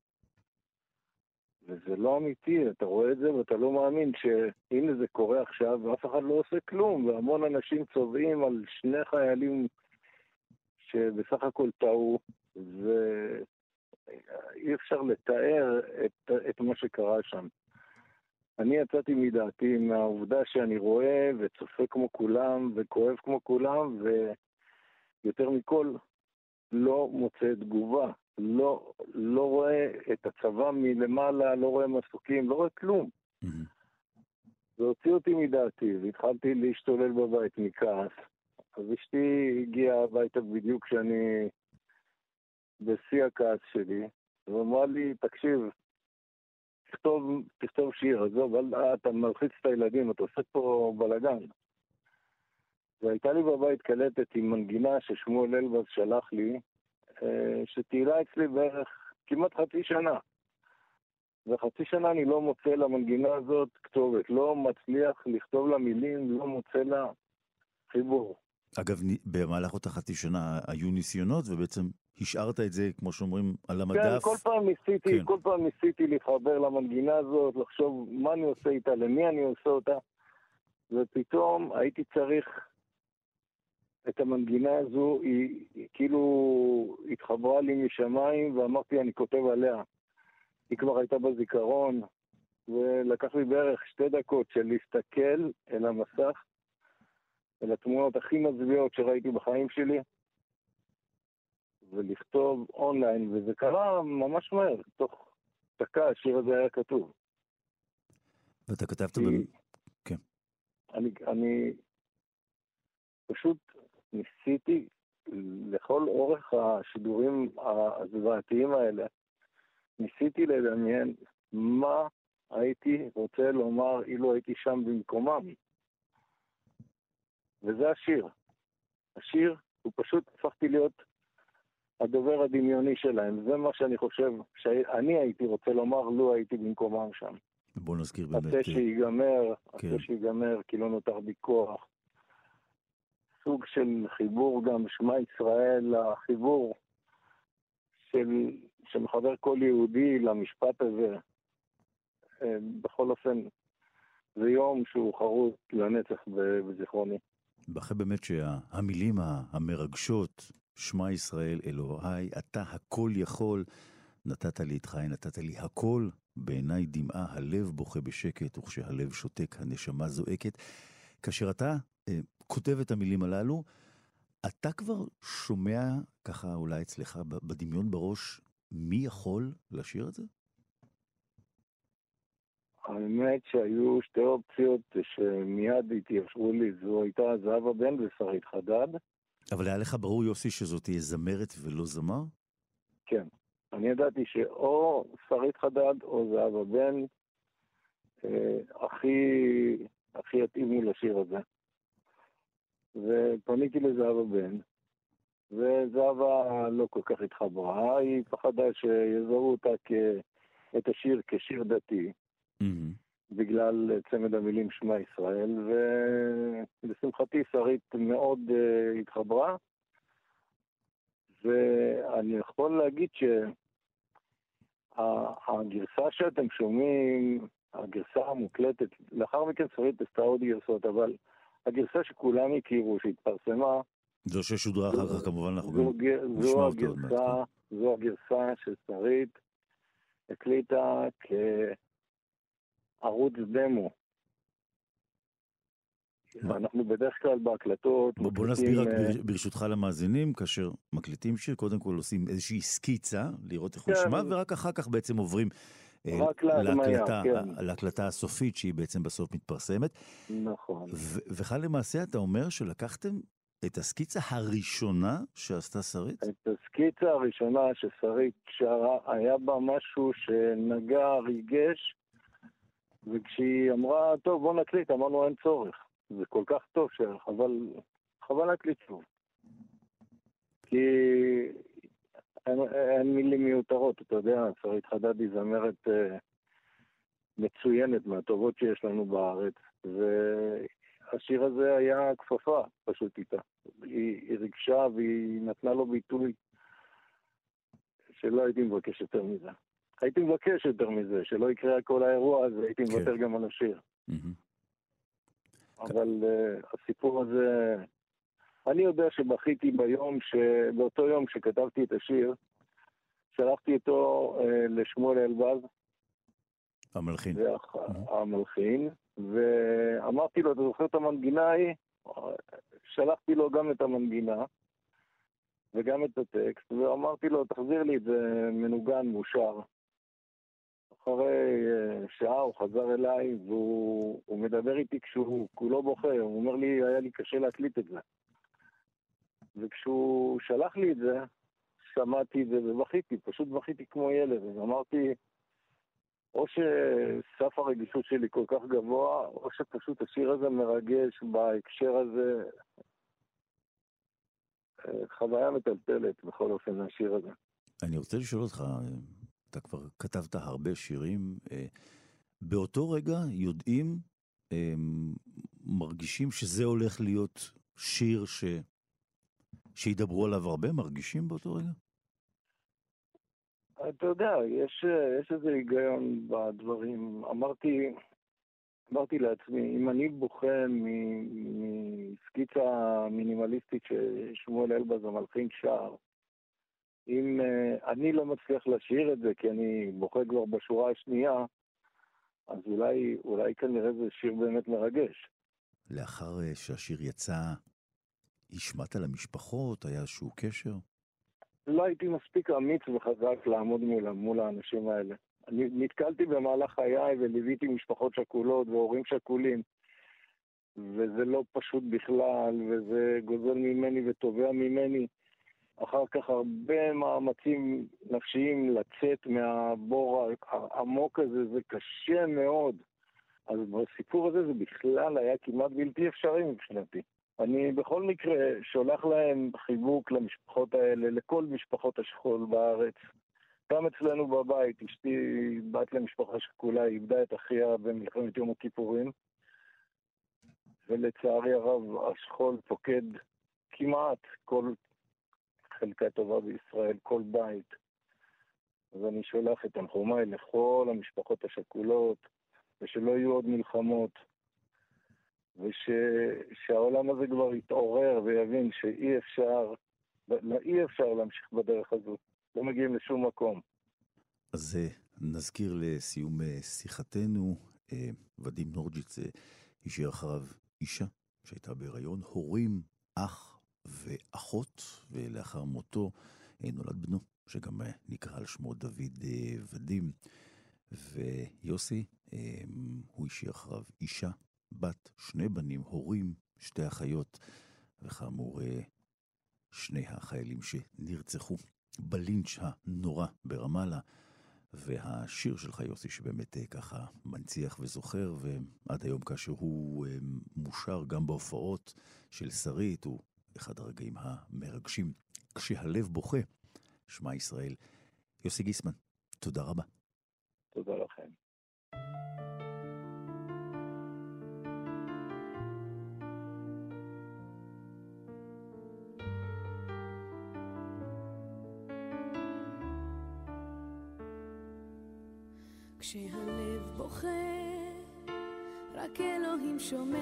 וזה לא אמיתי, אתה רואה את זה ואתה לא מאמין שהנה זה קורה עכשיו ואף אחד לא עושה כלום, והמון אנשים צובעים על שני חיילים שבסך הכל טעו, ואי אפשר לתאר את מה שקרה שם. אני יצאתי מדעתי מהעובדה שאני רואה וצופה כמו כולם וכואב כמו כולם, ויותר מכל לא מוצא תגובה. לא רואה את הצבא מלמעלה, לא רואה מסוקים, לא רואה כלום. זה הוציא אותי מדעתי, והתחלתי להשתולל בבית מכעס. אז אשתי הגיעה הביתה בדיוק כשאני בשיא הכעס שלי, ואמרה לי, תקשיב, תכתוב שיר, עזוב, אתה מלחיץ את הילדים, אתה עושה פה בלגן. והייתה לי בבית קלטת עם מנגינה ששמואל אלבז שלח לי, שתהילה אצלי בערך כמעט חצי שנה. וחצי שנה אני לא מוצא למנגינה הזאת כתובת, לא מצליח לכתוב לה מילים, לא מוצא לה חיבור. אגב, במהלך אותה חצי שנה היו ניסיונות, ובעצם השארת את זה, כמו שאומרים, על המדף. כן, כל פעם ניסיתי להתחבר למנגינה הזאת, לחשוב מה אני עושה איתה, למי אני עושה אותה, ופתאום הייתי צריך את המנגינה הזו, היא כאילו התחברה לי משמיים, ואמרתי, אני כותב עליה. היא כבר הייתה בזיכרון, ולקח לי בערך 2 דקות של להסתכל אל המסך, אל התמונות הכי מזוויעות שראיתי בחיים שלי, ולכתוב אונליין, וזה קרה ממש מהר, תוך דקה השיר הזה היה כתוב. ואתה כתבת כן. אני פשוט ניסיתי לכל אורך השידורים הזוועתיים האלה, ניסיתי לדמיין מה הייתי רוצה לומר אילו הייתי שם במקומם. וזה השיר. השיר הוא פשוט הפכתי להיות הדובר הדמיוני שלהם. זה מה שאני חושב שאני הייתי רוצה לומר לו הייתי במקומם שם. בוא נזכיר באמת. התה שיגמר, כי לא נותר בי כוח. סוג של חיבור גם שמע ישראל, החיבור שמחבר כל יהודי למשפט הזה. בכל אופן, זה יום שהוא חרוט לנצח בזיכרוני. בכלל באמת שהמילים המרגשות, שמע ישראל אלוהי, אתה הכל יכול, נתת לי את חי, נתת לי הכל, בעיניי דמעה, הלב בוכה בשקט, וכשהלב שותק, הנשמה זועקת. כאשר אתה כותב את המילים הללו, אתה כבר שומע, ככה אולי אצלך בדמיון בראש, מי יכול לשיר את זה? האמת שהיו 2 אופציות שמיד התיישרו לי, זו הייתה זהבה בן ושרית חדד. אבל היה לך ברור, יוסי, שזאת תהיה זמרת ולא זמר? כן. אני ידעתי שאו שרית חדד או זהבה בן הכי יתאימו לשיר הזה. ופניתי לזהבה בן, וזהבה לא כל כך התחברה, היא פחדה שיזהו אותה את השיר כשיר דתי. בגלל צמד המילים שמע ישראל, ולשמחתי שרית מאוד התחברה, ואני יכול להגיד שהגרסה שאתם שומעים הגרסה המוקלטת, לאחר מכן שרית עשתה עוד גרסות, אבל הגרסה שכולם הכירו, שהתפרסמה, זו ששודרה אחר כך כמובן, אנחנו גם נשמע זו אותה עוד מעט. זו הגרסה ששרית הקליטה כערוץ דמו. אנחנו בדרך כלל בהקלטות... בוא נסביר רק ברשותך למאזינים, כאשר מקליטים שיר, קודם כל עושים איזושהי סקיצה, לראות איך הוא נשמע, ורק אחר כך בעצם עוברים להקלטה הסופית, שהיא בעצם בסוף מתפרסמת. נכון. וכאן למעשה אתה אומר שלקחתם את הסקיצה הראשונה שעשתה שרית? את הסקיצה הראשונה ששרית שרה, היה בה משהו שנגע, ריגש, וכשהיא אמרה, טוב, בוא נקליט, אמרנו, אין צורך. זה כל כך טוב חבל להקליט שוב. כי אין מילים מיותרות, אתה יודע, שרית חדדי זמרת מצוינת מהטובות שיש לנו בארץ, והשיר הזה היה כפפה פשוט איתה. היא ריגשה והיא נתנה לו ביטוי שלא הייתי מבקש יותר מזה. הייתי מבקש יותר מזה, שלא יקרה כל האירוע הזה, הייתי מוותר גם על השיר. אבל הסיפור הזה, אני יודע שבכיתי באותו יום שכתבתי את השיר, שלחתי אותו לשמואל אלבז, המלחין, ואמרתי לו, אתה זוכר את המנגינה ההיא? שלחתי לו גם את המנגינה, וגם את הטקסט, ואמרתי לו, תחזיר לי את זה מנוגן, מושר. אחרי שעה הוא חזר אליי, והוא מדבר איתי כשהוא כולו בוכה, הוא אומר לי, היה לי קשה להקליט את זה. וכשהוא שלח לי את זה, שמעתי את זה ובכיתי, פשוט בכיתי כמו ילד, ואמרתי, או שסף הרגישות שלי כל כך גבוה, או שפשוט השיר הזה מרגש בהקשר הזה, חוויה מטלטלת בכל אופן השיר הזה. אני רוצה לשאול אותך, אתה כבר כתבת הרבה שירים, באותו רגע יודעים, מרגישים שזה הולך להיות שיר שידברו עליו הרבה, מרגישים באותו רגע? אתה יודע, יש איזה היגיון בדברים. אמרתי לעצמי, אם אני בוכה מסקיצה מינימליסטית ששמואל אלבז המלחין שר, אם אני לא מצליח לשיר את זה, כי אני בוכה כבר בשורה השנייה, אז אולי כנראה זה שיר באמת מרגש. לאחר שהשיר יצא, השמעת למשפחות, היה איזשהו קשר? לא הייתי מספיק אמיץ וחזק לעמוד מול האנשים האלה. אני נתקלתי במהלך חיי וליוויתי משפחות שכולות והורים שכולים, וזה לא פשוט בכלל, וזה גוזל ממני ותובע ממני. אחר כך הרבה מאמצים נפשיים לצאת מהבור העמוק הזה, זה קשה מאוד. אז בסיפור הזה זה בכלל היה כמעט בלתי אפשרי מבחינתי. אני בכל מקרה שולח להם חיבוק למשפחות האלה, לכל משפחות השכול בארץ. גם אצלנו בבית, אשתי בת למשפחה שכולה, היא איבדה את אחיה במלחמת יום הכיפורים, ולצערי הרב השכול פוקד כמעט כל חלקה טובה בישראל, כל בית. אז אני שולח את תנחומיי לכל המשפחות השכולות, ושלא יהיו עוד מלחמות, ושהעולם הזה כבר יתעורר ויבין שאי אפשר להמשיך בדרך הזו. לא מגיעים לשום מקום. אז נזכיר לסיום שיחתנו, ודים נורג'יץ השאיר אחריו אישה שהייתה בהיריון, הורים, אח ואחות, ולאחר מותו נולד בנו, שגם נקרא על שמו דוד ודים. ויוסי, הוא השאיר אחריו אישה, בת, 2 בנים, הורים, 2 אחיות, וכאמור 2 החיילים שנרצחו בלינץ' הנורא ברמאללה. והשיר שלך יוסי שבאמת ככה מנציח וזוכר, ועד היום כאשר הוא מושר גם בהופעות של שרית, הוא אחד הרגעים המרגשים. כשהלב בוכה, שמע ישראל. יוסי גיסמן, תודה רבה. תודה לכם. כשהלב בוכה, רק אלוהים שומע,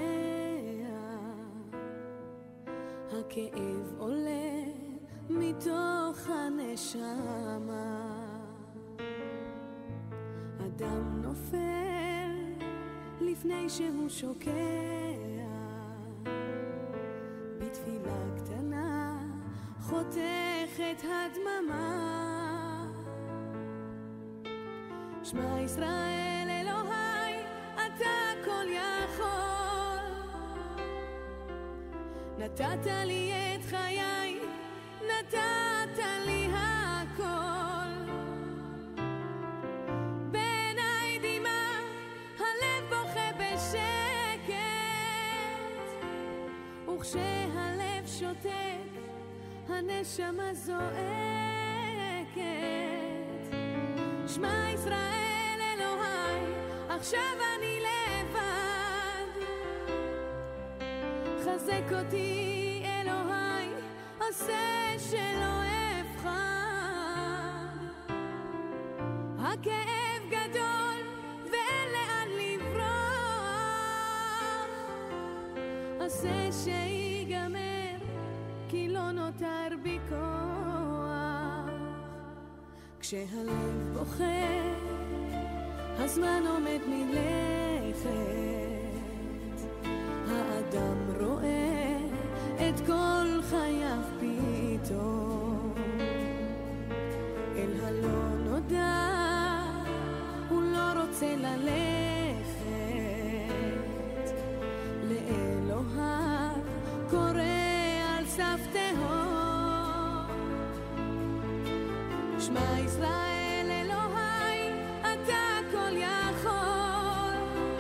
הכאב עולה מתוך הנשמה, אדם נופל לפני שהוא שוקע, בתפילה קטנה חותכת הדממה, שמע ישראל אלוהי אתה כל יכול, נתת לי את חיי, נתת לי הכל, בעיניי דמעה הלב בוכה בשקט, וכשהלב שותק הנשמה זועקת, שמע ישראל אלוהי עכשיו אני לבד, חזק אותי אלוהי עושה שלא אבחר, הכאב גדול ואין לאן לברוח, עושה שיגמר כי לא נותר בי כוח, כשהלב בוכה הזמן עומד מלכת, האדם רואה את כל חייו פתאום, אל הלא נודע הוא לא רוצה ללכת, לאלוהיו קורא על סף תהום, שמע ישראל אלוהי אתה כל יכול,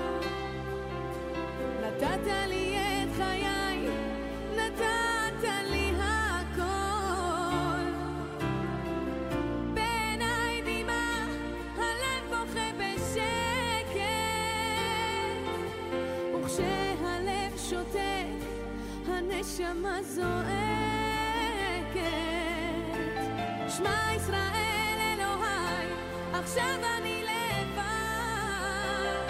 נתת לי את חיי, נתת לי הכל, בעיניי דמעה הלב בוכה בשקט, וכשהלב שותק הנשמה זועקת, שמע ישראל אלוהי עכשיו אני לבד,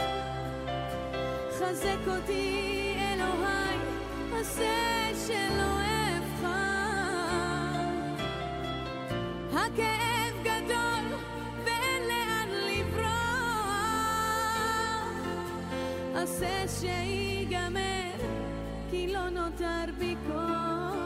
חזק אותי אלוהי עשה שלא אבחר, הכאב גדול ואין לאן לברוח, עשה שיגמר כי לא נותר בי כוח.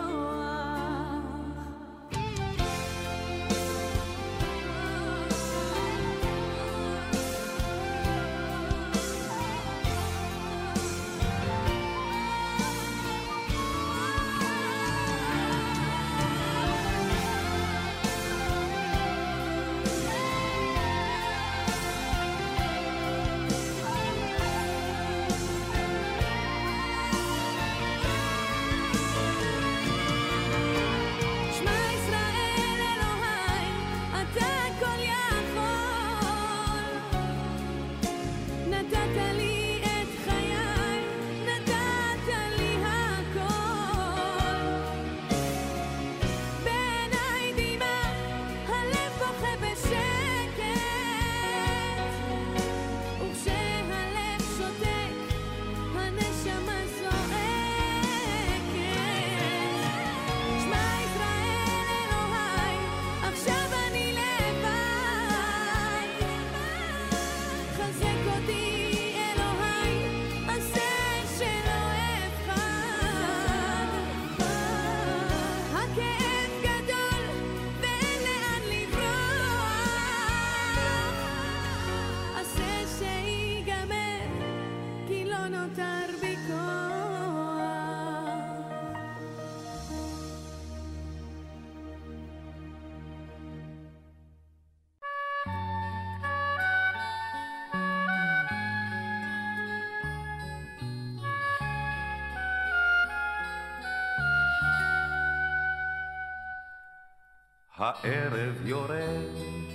הערב יורד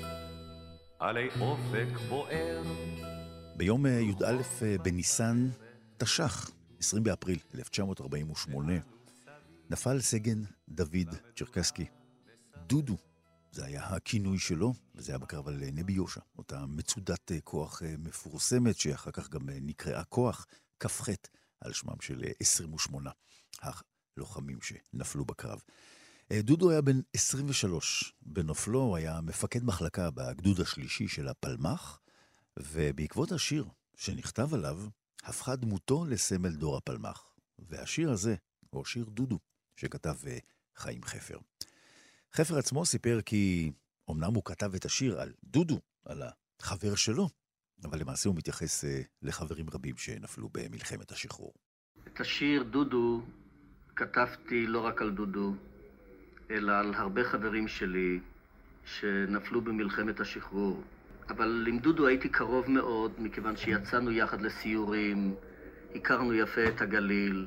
עלי אופק בוער. ביום י"א בניסן תש"ח, 20 באפריל 1948, נפל סגן דוד צ'רקסקי, דודו, זה היה הכינוי שלו, וזה היה בקרב על נבי יושע, אותה מצודת כוח מפורסמת, שאחר כך גם נקראה כוח כ"ח, על שמם של 28 הלוחמים שנפלו בקרב. דודו היה בן 23 בנופלו, הוא היה מפקד מחלקה בגדוד השלישי של הפלמ"ח, ובעקבות השיר שנכתב עליו, הפכה דמותו לסמל דור הפלמ"ח. והשיר הזה הוא שיר דודו, שכתב חיים חפר. חפר עצמו סיפר כי אמנם הוא כתב את השיר על דודו, על החבר שלו, אבל למעשה הוא מתייחס לחברים רבים שנפלו במלחמת השחרור. את השיר דודו כתבתי לא רק על דודו, אלא על הרבה חברים שלי שנפלו במלחמת השחרור. אבל עם דודו הייתי קרוב מאוד, מכיוון שיצאנו יחד לסיורים, הכרנו יפה את הגליל,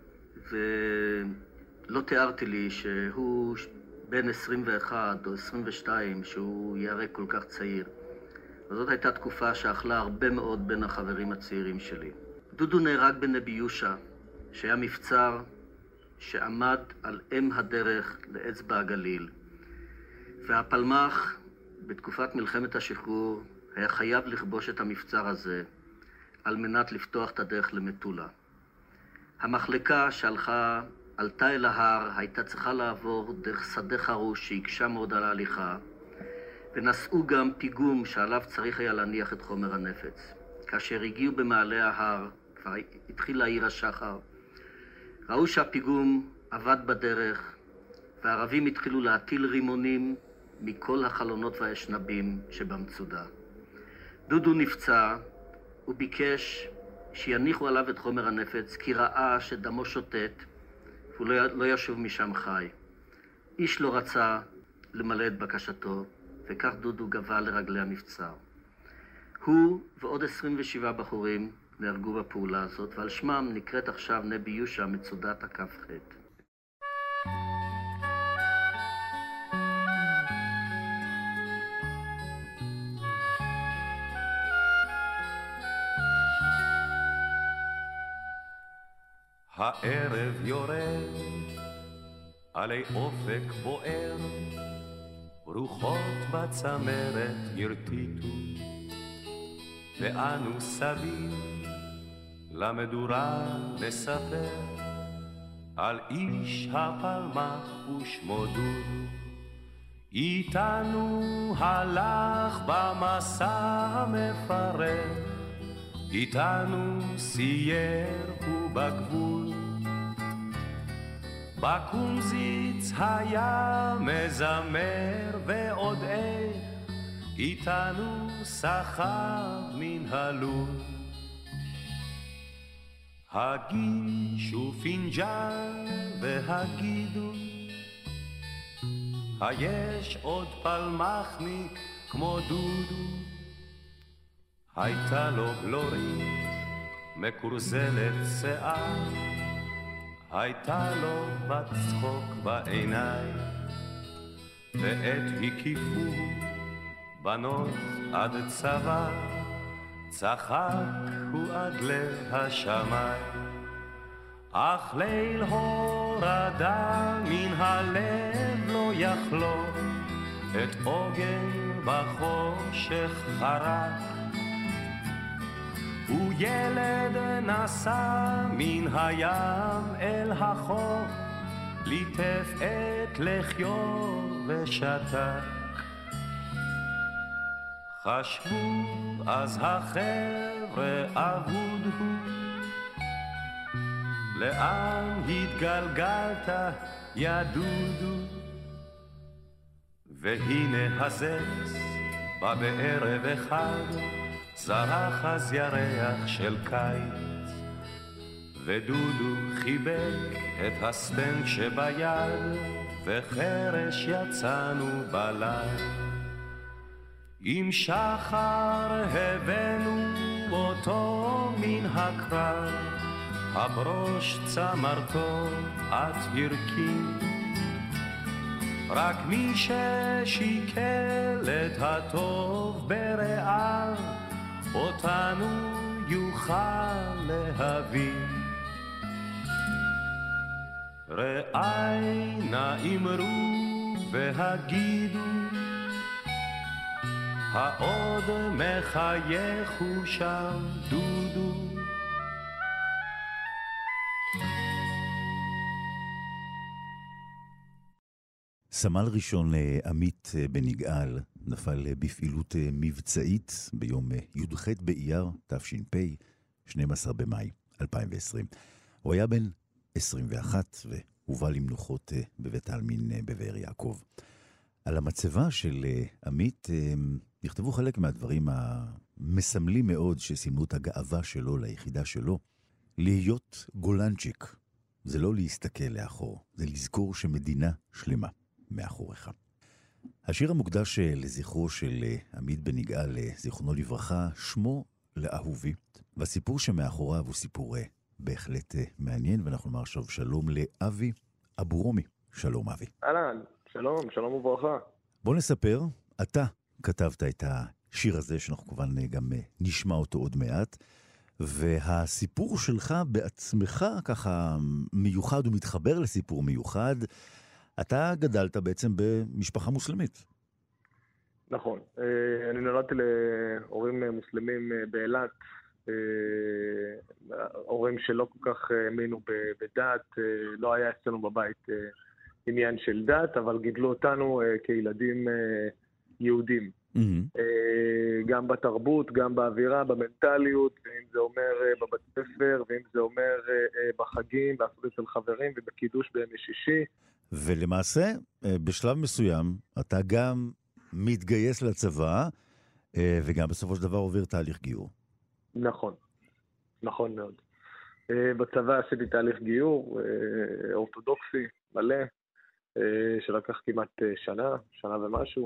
ולא תיארתי לי שהוא בן 21 או 22, שהוא ייהרג כל כך צעיר. וזאת הייתה תקופה שאכלה הרבה מאוד בין החברים הצעירים שלי. דודו נהרג בנבי יושע, שהיה מבצר שעמד על אם הדרך לאצבע הגליל. והפלמ"ח בתקופת מלחמת השחרור היה חייב לכבוש את המבצר הזה על מנת לפתוח את הדרך למטולה. המחלקה עלתה אל ההר, הייתה צריכה לעבור דרך שדה חרוש שהקשה מאוד על ההליכה, ונסעו גם פיגום שעליו צריך היה להניח את חומר הנפץ. כאשר הגיעו במעלה ההר, כבר התחיל להאיר השחר, ראו שהפיגום עבד בדרך, והערבים התחילו להטיל רימונים מכל החלונות והאשנבים שבמצודה. דודו נפצע, הוא ביקש שיניחו עליו את חומר הנפץ, כי ראה שדמו שוטט, והוא לא ישוב משם חי. איש לא רצה למלא את בקשתו, וכך דודו גבה לרגלי המבצר. הוא ועוד 27 בחורים נהרגו בפעולה הזאת, ועל שמם נקראת עכשיו נבי יושע מצודת הכ"ח. הערב יורד עלי אופק בוער, רוחות בצמרת ירטיטו, ואנו סביב למדורה נספר על איש הפלמ"ח ושמו דודו. איתנו הלך במסע המפרך, איתנו סייר ובגבול, בקומזיץ היה מזמר ועוד איך, איתנו סחב מן הלול. הגישו פינג'ל והגידו, היש עוד פלמ"חניק כמו דודו. הייתה לו בלורית מקורזלת שיער, הייתה לו בת צחוק בעיניים, ועת הקיפו בנות עד צבא, צחק הוא עד להשמיים. אך ליל הורדה מן הלב לא יחלוק, את עוגן בחושך חרק. הוא ילד נסע מן הים אל החוף, ליטף את לחיו ושתק. חשבו אז החבר'ה אבוד הוא, לאן התגלגלת יא דודו? והנה הזץ בא בערב אחד, זרח אז ירח של קיץ, ודודו חיבק את הסטנק שביד, וחרש יצאנו בליל. עם שחר הבאנו אותו מן הקרב, הברוש צמרתו את הרכין, רק מי ששיקל את הטוב ברעיו, אותנו יוכל להבין. רעי נא אמרו והגידו, העוד מחייך הוא שם דודו. סמל ראשון עמית בן יגאל נפל בפעילות מבצעית ביום י"ח באייר תש"פ, 12 במאי 2020. הוא היה בן 21 והובא למנוחות בבית העלמין בבאר יעקב. על המצבה של עמית נכתבו חלק מהדברים המסמלים מאוד שסימנו את הגאווה שלו ליחידה שלו. להיות גולנצ'יק זה לא להסתכל לאחור, זה לזכור שמדינה שלמה מאחוריך. השיר המוקדש לזכרו של עמית בן יגאל, זיכרונו לברכה, שמו לאהובי, והסיפור שמאחוריו הוא סיפור בהחלט מעניין, ואנחנו נאמר עכשיו שלום לאבי אבו רומי. שלום אבי. אהלן, שלום, שלום וברכה. בוא נספר, אתה כתבת את השיר הזה, שאנחנו כמובן גם נשמע אותו עוד מעט, והסיפור שלך בעצמך ככה מיוחד ומתחבר לסיפור מיוחד. אתה גדלת בעצם במשפחה מוסלמית. נכון. אני נולדתי להורים מוסלמים באילת, הורים שלא כל כך האמינו בדת, לא היה אצלנו בבית עניין של דת, אבל גידלו אותנו כילדים יהודים. גם בתרבות, גם באווירה, במנטליות, ואם זה אומר בבית ספר, ואם זה אומר בחגים, לעשות אצל חברים ובקידוש בימי שישי. ולמעשה, בשלב מסוים, אתה גם מתגייס לצבא, וגם בסופו של דבר עובר תהליך גיור. נכון, נכון מאוד. בצבא עשיתי תהליך גיור, אורתודוקסי, מלא, שלקח כמעט שנה ומשהו,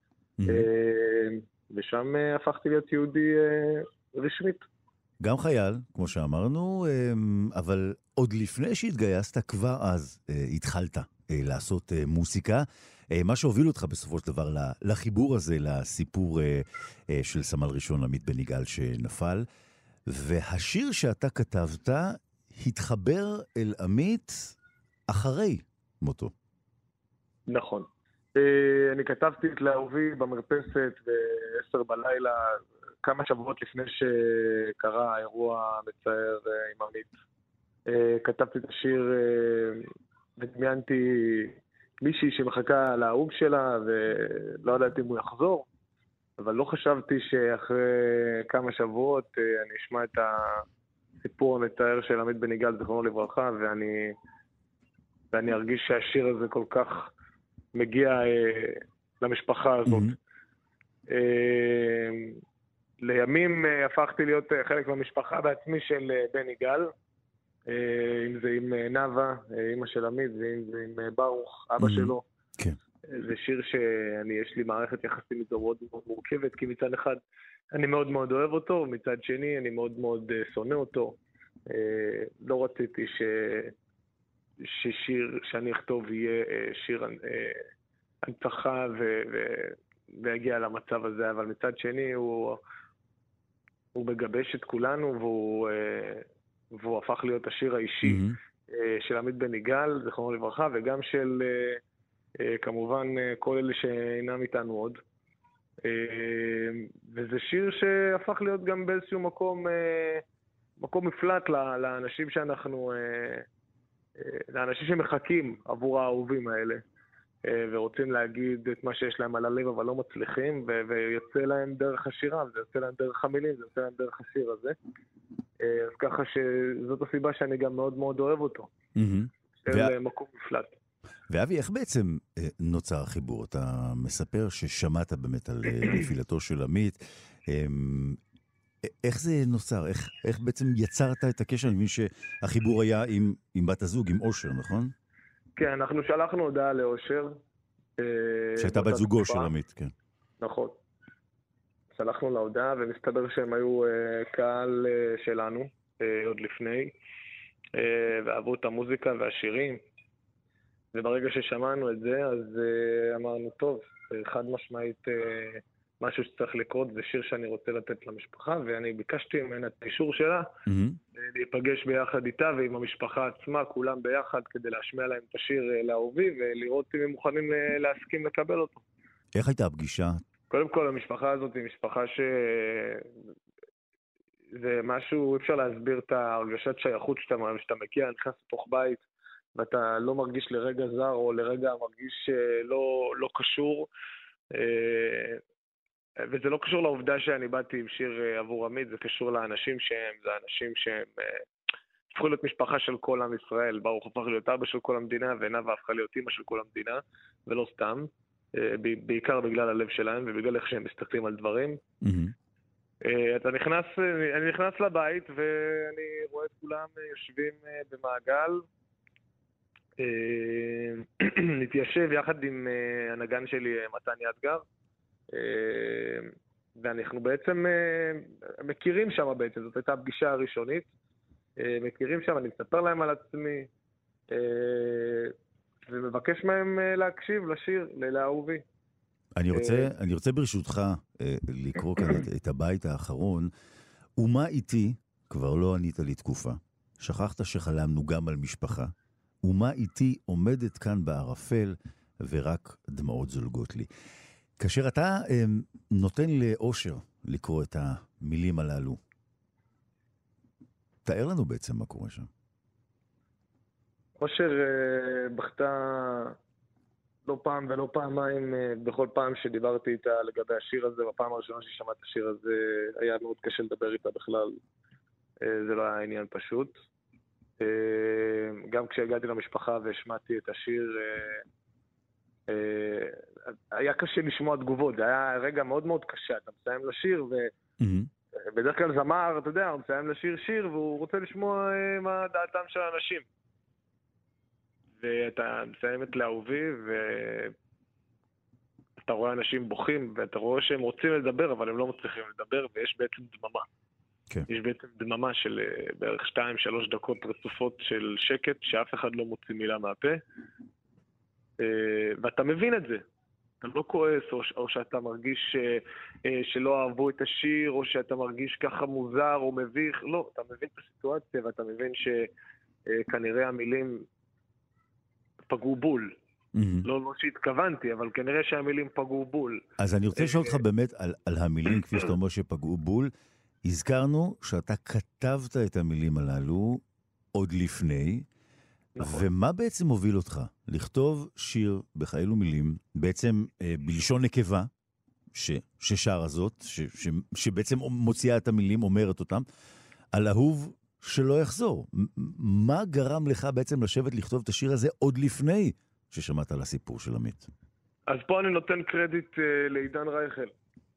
ושם הפכתי להיות יהודי רשמית. גם חייל, כמו שאמרנו, אבל עוד לפני שהתגייסת, כבר אז התחלת לעשות מוסיקה. מה שהוביל אותך בסופו של דבר לחיבור הזה, לסיפור של סמל ראשון עמית בן יגאל שנפל, והשיר שאתה כתבת התחבר אל עמית אחרי מותו. נכון. אני כתבתי את לאהובי במרפסת ב-10 בלילה, כמה שבועות לפני שקרה האירוע המצער עם עמית. כתבתי את השיר ודמיינתי מישהי שמחכה לאהוב שלה ולא יודעת אם הוא יחזור, אבל לא חשבתי שאחרי כמה שבועות אני אשמע את הסיפור המתאר של עמית בן יגאל זיכרונו לברכה, ואני ארגיש שהשיר הזה כל כך מגיע למשפחה הזאת. לימים הפכתי להיות חלק מהמשפחה בעצמי של בן יגאל, אם זה עם נאווה, אמא של עמית, ואם זה עם ברוך, אבא שלו. כן. זה שיר יש לי מערכת יחסים איתו מאוד מאוד מורכבת, כי מצד אחד אני מאוד מאוד אוהב אותו, מצד שני אני מאוד מאוד שונא אותו. לא רציתי ששיר שאני אכתוב יהיה שיר הנצחה ויגיע למצב הזה, אבל מצד שני הוא מגבש את כולנו, והוא הפך להיות השיר האישי של עמית בן יגאל, זכרונו לברכה, וגם של כמובן כל אלה שאינם איתנו עוד. וזה שיר שהפך להיות גם באיזשהו מקום מפלט לאנשים לאנשים שמחכים עבור האהובים האלה, ורוצים להגיד את מה שיש להם על הלב, אבל לא מצליחים, ויוצא להם דרך השירה, וזה יוצא להם דרך המילים, זה יוצא להם דרך השיר הזה. אז ככה שזאת הסיבה שאני גם מאוד מאוד אוהב אותו. של מקום מפלט. ואבי, איך בעצם נוצר החיבור? אתה מספר ששמעת באמת על נפילתו של עמית. איך זה נוצר? איך בעצם יצרת את הקשר? אני מבין שהחיבור היה עם בת הזוג, עם אושר, נכון? כן, אנחנו שלחנו הודעה לאושר. שהייתה בת זוגו של עמית, כן. נכון. שלחנו להודעה, ומסתבר שהם היו קהל שלנו, עוד לפני, ואהבו את המוזיקה והשירים. וברגע ששמענו את זה, אז אמרנו, טוב, חד משמעית משהו שצריך לקרות, זה שיר שאני רוצה לתת למשפחה, ואני ביקשתי ממנה את האישור שלה, להיפגש ביחד איתה ועם המשפחה עצמה, כולם ביחד, כדי להשמיע להם את השיר לאהובי, ולראות אם הם מוכנים להסכים לקבל אותו. איך הייתה הפגישה? קודם כל, המשפחה הזאת היא משפחה זה משהו, אפשר להסביר את ההרגשת שייכות שאתה מגיע, נכנס לתוך בית, ואתה לא מרגיש לרגע זר, או לרגע מרגיש לא קשור. וזה לא קשור לעובדה שאני באתי עם שיר עבור עמית, זה קשור לאנשים זה אנשים שהם הפכו להיות משפחה של כל עם ישראל. ברוך הפך להיות אבא של כל המדינה, ועינב הפכה להיות אמא של כל המדינה, ולא סתם. בעיקר בגלל הלב שלהם, ובגלל איך שהם מסתכלים על דברים. אני נכנס לבית, ואני רואה את כולם יושבים במעגל, נתיישב יחד עם הנגן שלי, מתן ידגר, ואנחנו בעצם מכירים שם בעצם, זאת הייתה הפגישה הראשונית, מכירים שם, אני מספר להם על עצמי, ומבקש מהם להקשיב לשיר, לאהובי. אני רוצה ברשותך לקרוא כאן את הבית האחרון. ומה איתי, כבר לא ענית לי תקופה, שכחת שחלמנו גם על משפחה, ומה איתי עומדת כאן בערפל, ורק דמעות זולגות לי. כאשר אתה נותן לאושר לקרוא את המילים הללו, תאר לנו בעצם מה קורה שם. אושר בכתה לא פעם ולא פעמיים, בכל פעם שדיברתי איתה לגבי השיר הזה, בפעם הראשונה ששמעת השיר הזה, היה מאוד קשה לדבר איתה בכלל. זה לא היה עניין פשוט. גם כשהגעתי למשפחה והשמעתי את השיר, היה קשה לשמוע תגובות. זה היה רגע מאוד מאוד קשה. אתה מסיים לשיר, ובדרך כלל זמר, אתה יודע, הוא מסיים לשיר שיר, והוא רוצה לשמוע מה דעתם של האנשים. ואתה מסיים את לאהובי, ואתה רואה אנשים בוכים, ואתה רואה שהם רוצים לדבר, אבל הם לא מצליחים לדבר, ויש בעצם דממה. כן. יש בעצם דממה של בערך 2-3 דקות רצופות של שקט, שאף אחד לא מוציא מילה מהפה, ואתה מבין את זה. אתה לא כועס, או שאתה מרגיש שלא אהבו את השיר, או שאתה מרגיש ככה מוזר או מביך. לא, אתה מבין את הסיטואציה, ואתה מבין שכנראה המילים פגעו בול. לא שהתכוונתי, אבל כנראה שהמילים פגעו בול. אז אני רוצה לשאול אותך באמת על המילים, כפי שאתה אומר שפגעו בול. הזכרנו שאתה כתבת את המילים הללו עוד לפני, ומה בעצם הוביל אותך לכתוב שיר בכאלו מילים, בעצם בלשון נקבה, ששר הזאת, שבעצם מוציאה את המילים, אומרת אותם, על אהוב שלא יחזור. מה גרם לך בעצם לשבת לכתוב את השיר הזה עוד לפני ששמעת על הסיפור של עמית? אז פה אני נותן קרדיט לעידן רייכל.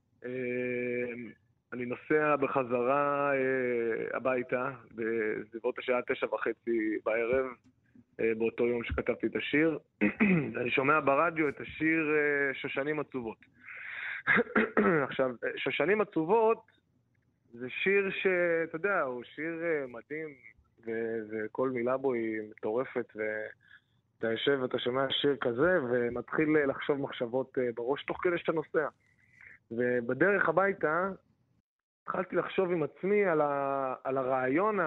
אני נוסע בחזרה הביתה, בסביבות השעה 9:30 בערב, באותו יום שכתבתי את השיר. אני שומע ברדיו את השיר שושנים עצובות. עכשיו, שושנים עצובות זה שיר שאתה יודע, הוא שיר מדהים, וכל מילה בו היא מטורפת, ואתה יושב ואתה שומע שיר כזה, ומתחיל לחשוב מחשבות בראש תוך כדי שאתה נוסע. ובדרך הביתה, התחלתי לחשוב עם עצמי על הרעיון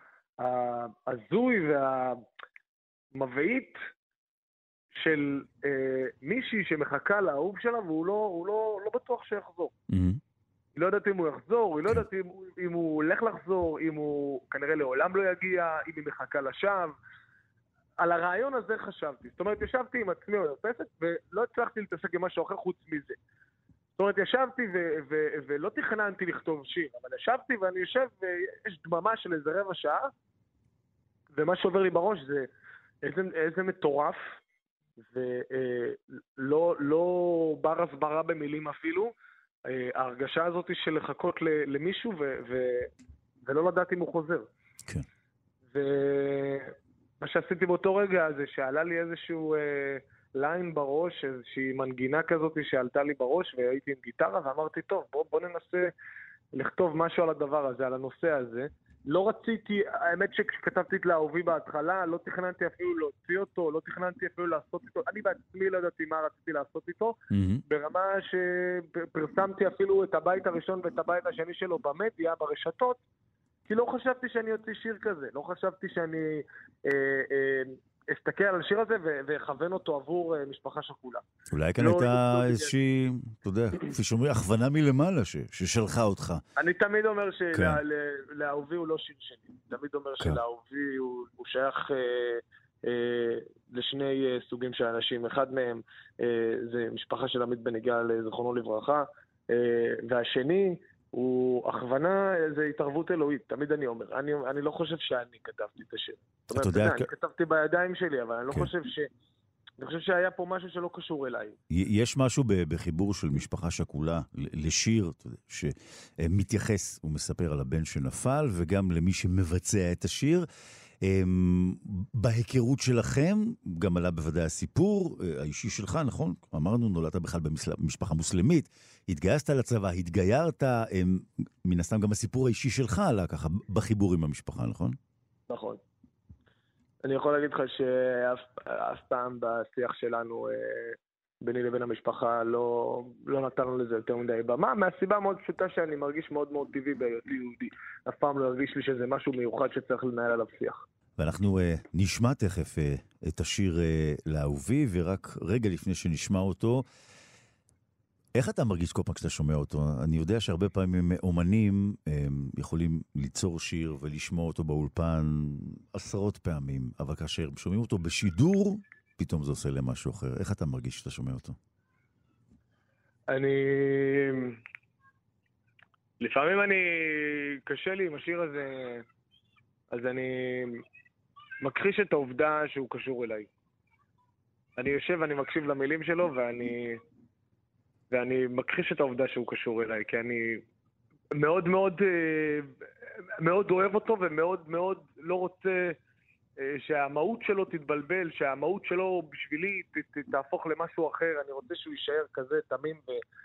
הזוי והמבעית של מישהי שמחכה לאהוב שלה, והוא לא בטוח שיחזור. היא לא יודעת אם הוא יחזור, היא לא יודעת אם הוא הולך לחזור, אם הוא כנראה לעולם לא יגיע, אם היא מחכה לשווא. על הרעיון הזה חשבתי. זאת אומרת, ישבתי עם עצמי במרפסת, ולא הצלחתי להתעסק עם משהו אחר חוץ מזה. זאת אומרת, ישבתי ולא תכננתי לכתוב שיר, אבל ישבתי ואני יושב ויש דממה של איזה רבע שעה, ומה שעובר לי בראש זה איזה מטורף, ולא בר הסברה במילים אפילו, ההרגשה הזאת של לחכות למישהו ולא לדעת אם הוא חוזר. כן. ומה שעשיתי באותו רגע זה שעלה לי איזשהו ליין בראש, איזושהי מנגינה כזאת שעלתה לי בראש, והייתי עם גיטרה ואמרתי, טוב, בוא ננסה לכתוב משהו על הדבר הזה, על הנושא הזה. לא רציתי, האמת שכשכתבתי את לאהובי בהתחלה, לא תכננתי אפילו להוציא אותו, לא תכננתי אפילו לעשות איתו, אני בעצמי לא ידעתי מה רציתי לעשות איתו, ברמה שפרסמתי אפילו את הבית הראשון ואת הבית השני שלו במדיה, ברשתות, כי לא חשבתי שאני יוציא שיר כזה, לא חשבתי שאני אסתכל על השיר הזה וכוון אותו עבור משפחה שכולה. אולי כאן הייתה איזושהי, אתה יודע, כפי שאומרים, הכוונה מלמעלה ששלחה אותך. אני תמיד אומר שלאהובי הוא לא שיר שלי. תמיד אומר שלאהובי הוא שייך לשני סוגים של אנשים. אחד מהם זה משפחה של עמית בן יגאל, זכרונו לברכה, והשני הוא הכוונה, זה התערבות אלוהית, תמיד אני אומר. אני לא חושב שאני כתבתי את השיר. זאת אומרת, אני כתבתי בידיים שלי, אבל אני לא חושב אני חושב שהיה פה משהו שלא קשור אליי. יש משהו בחיבור של משפחה שכולה לשיר שמתייחס ומספר על הבן שנפל, וגם למי שמבצע את השיר. בהיכרות שלכם, גם עלה בוודאי הסיפור האישי שלך, נכון? אמרנו, נולדת בכלל במשפחה מוסלמית, התגייסת לצבא, התגיירת, מן הסתם גם הסיפור האישי שלך עלה ככה בחיבור עם המשפחה, נכון? נכון. אני יכול להגיד לך שאף פעם בשיח שלנו ביני לבין המשפחה לא נתנו לזה יותר מדי במה, מהסיבה מאוד פשוטה שאני מרגיש מאוד מאוד טבעי בהיותי יהודי. אף פעם לא הרגיש לי שזה משהו מיוחד שצריך לנהל עליו שיח. ואנחנו נשמע תכף את השיר לאהובי, ורק רגע לפני שנשמע אותו, איך אתה מרגיש כל פעם כשאתה שומע אותו? אני יודע שהרבה פעמים אומנים יכולים ליצור שיר ולשמוע אותו באולפן עשרות פעמים, אבל כאשר שומעים אותו בשידור, פתאום זה עושה למשהו אחר. איך אתה מרגיש כשאתה שומע אותו? לפעמים קשה לי עם השיר הזה, אז אני מכחיש את העובדה שהוא קשור אליי. אני יושב ואני מקשיב למילים שלו, ואני מכחיש את העובדה שהוא קשור אליי, כי אני מאוד מאוד מאוד אוהב אותו, ומאוד מאוד לא רוצה שהמהות שלו תתבלבל, שהמהות שלו בשבילי תהפוך למשהו אחר. אני רוצה שהוא יישאר כזה תמים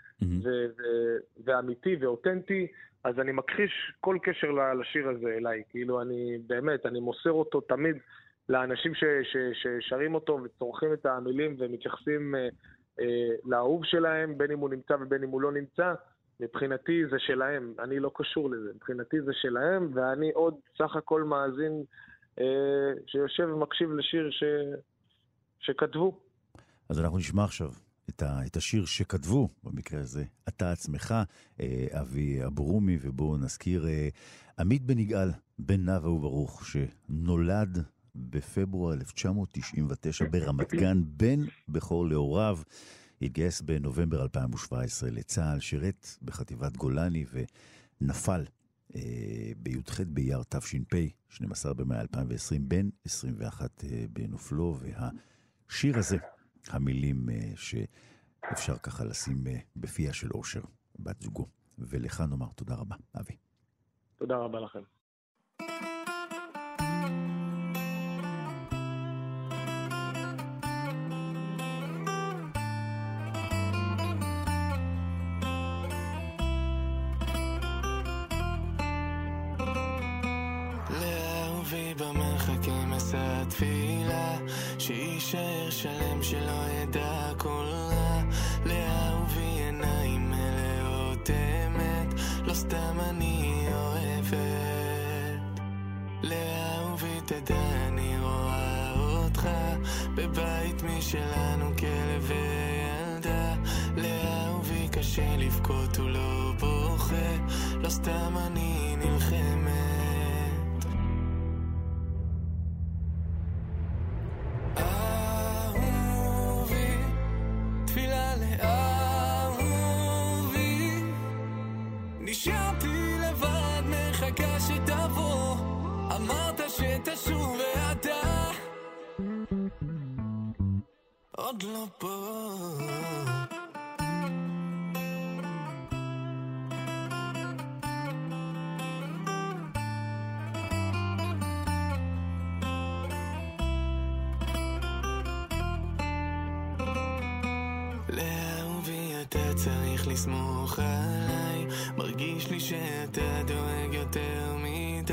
ואמיתי ואותנטי, אז אני מכחיש כל קשר לשיר הזה אליי. כאילו אני מוסר אותו תמיד לאנשים ששרים אותו וצורכים את המילים ומתייחסים לאהוב שלהם, בין אם הוא נמצא ובין אם הוא לא נמצא. מבחינתי זה שלהם, אני לא קשור לזה. מבחינתי זה שלהם, ואני עוד סך הכל מאזין שיושב ומקשיב לשיר שכתבו. אז אנחנו נשמע עכשיו את השיר שכתבו, במקרה הזה, אתה עצמך, אבי אברומי, ובואו נזכיר עמית בן יגאל, בן נאוה וברוך, שנולד בפברואר 1999 ברמת גן, בן בכור להוריו, התגייס בנובמבר 2017 לצה"ל, שירת בחטיבת גולני ונפל בי"ח באייר תש"פ, 12 במאי 2020, בן 21 בנופלו. והשיר הזה, המילים שאפשר ככה לשים בפיה של אושר, בת זוגו. ולך נאמר תודה רבה, אבי. תודה רבה לכם. תפילה שישאר שלם שלא ידע כל רע, לאהובי עיניים מלאות אמת, לא סתם אני אוהבת. לאהובי תדע אני רואה אותך בבית משלנו כלב וילדה, לאהובי קשה לבכות הוא לא בוכה, לא סתם אני נלחמת. שתשוב ואתה עוד לא פה. לאהובי אתה צריך לסמוך עליי, מרגיש לי שאתה דואג יותר מדי,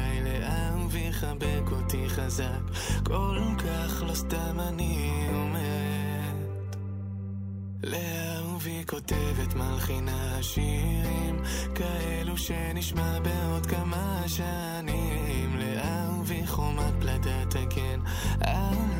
חבק אותי חזק, כל כך לא סתם אני עומד. לאהובי כותבת מלחינה שירים כאלו שנשמע בעוד כמה שנים, לאהובי חומת פלדה תגן על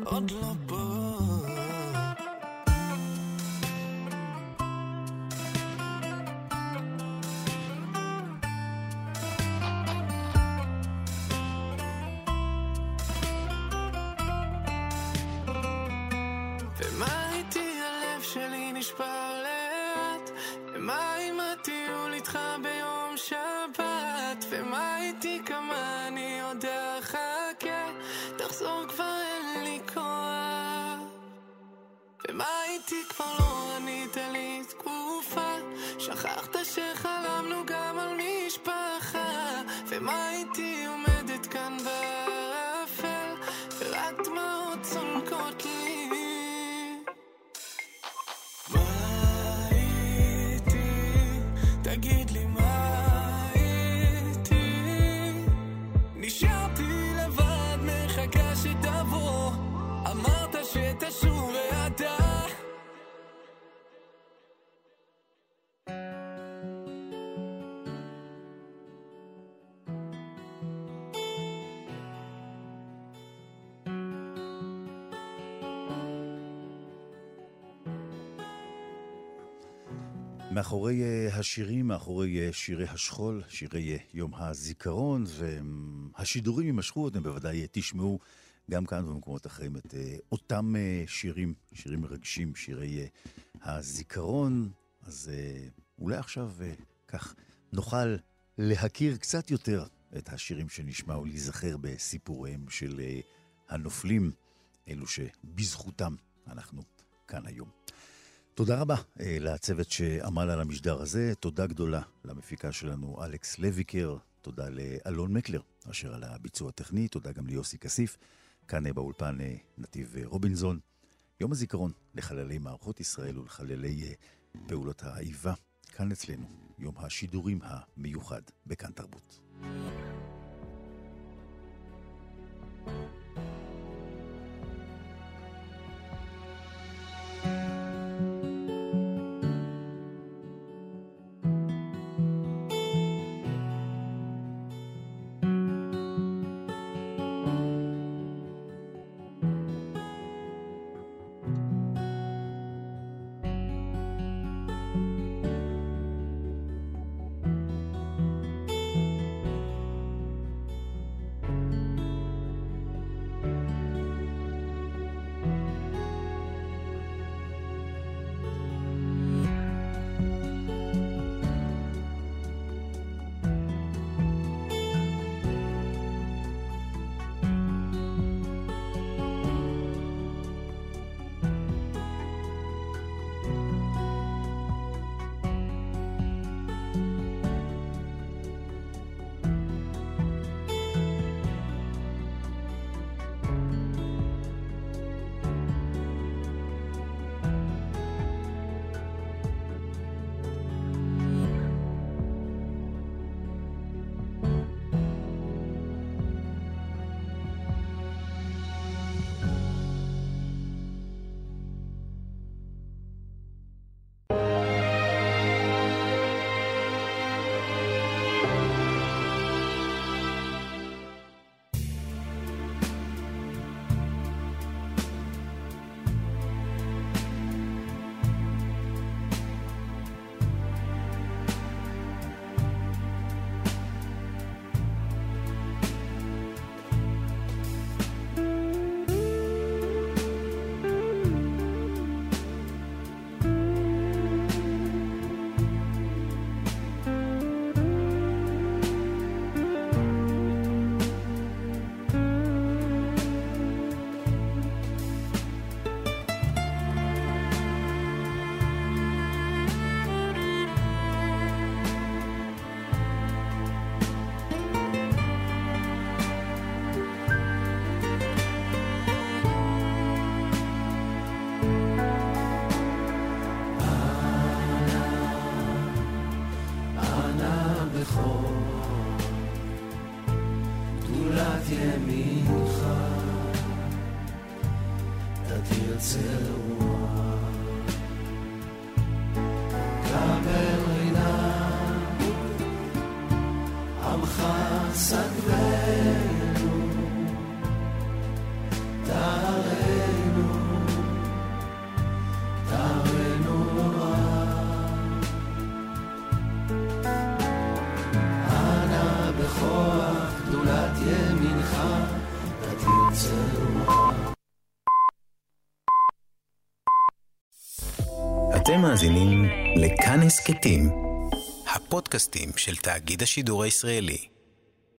עוד לא פה. ומה איתי הלב שלי נשבר לאט, ומה אם הטיול איתך ביום שבת, ומה איתי כמה אני עוד אחכה, תחזור כבר אין לי כוח. ומה איתי כבר לא ענית לי תקופה, שכחת שחלמנו גם על משפחה. ומה איתי עומדת כאן באפל, ורק דמעות צולקות לי. מה איתי? תגיד לי מה איתי? נשארתי לבד מחכה שתבוא, אמרת שתשוב ואתה מאחורי השירים, מאחורי שירי השכול, שירי יום הזיכרון, והשידורים יימשכו, אתם בוודאי תשמעו גם כאן ובמקומות אחרים את אותם שירים, שירים מרגשים, שירי הזיכרון. אז אולי עכשיו כך נוכל להכיר קצת יותר את השירים שנשמע ולהיזכר בסיפוריהם של הנופלים, אלו שבזכותם אנחנו כאן היום. תודה רבה לצוות שעמל על המשדר הזה, תודה גדולה למפיקה שלנו אלכס לויקר, תודה לאלון מקלר אשר על הביצוע הטכני, תודה גם ליוסי כסיף, כאן באולפן נתיב רובינזון. יום הזיכרון לחללי מערכות ישראל ולחללי פעולות האיבה, כאן אצלנו יום השידורים המיוחד בכאן תרבות. סגרנו, תערב אתם מאזינים לכאן הסכתים, הפודקאסטים של תאגיד השידור הישראלי.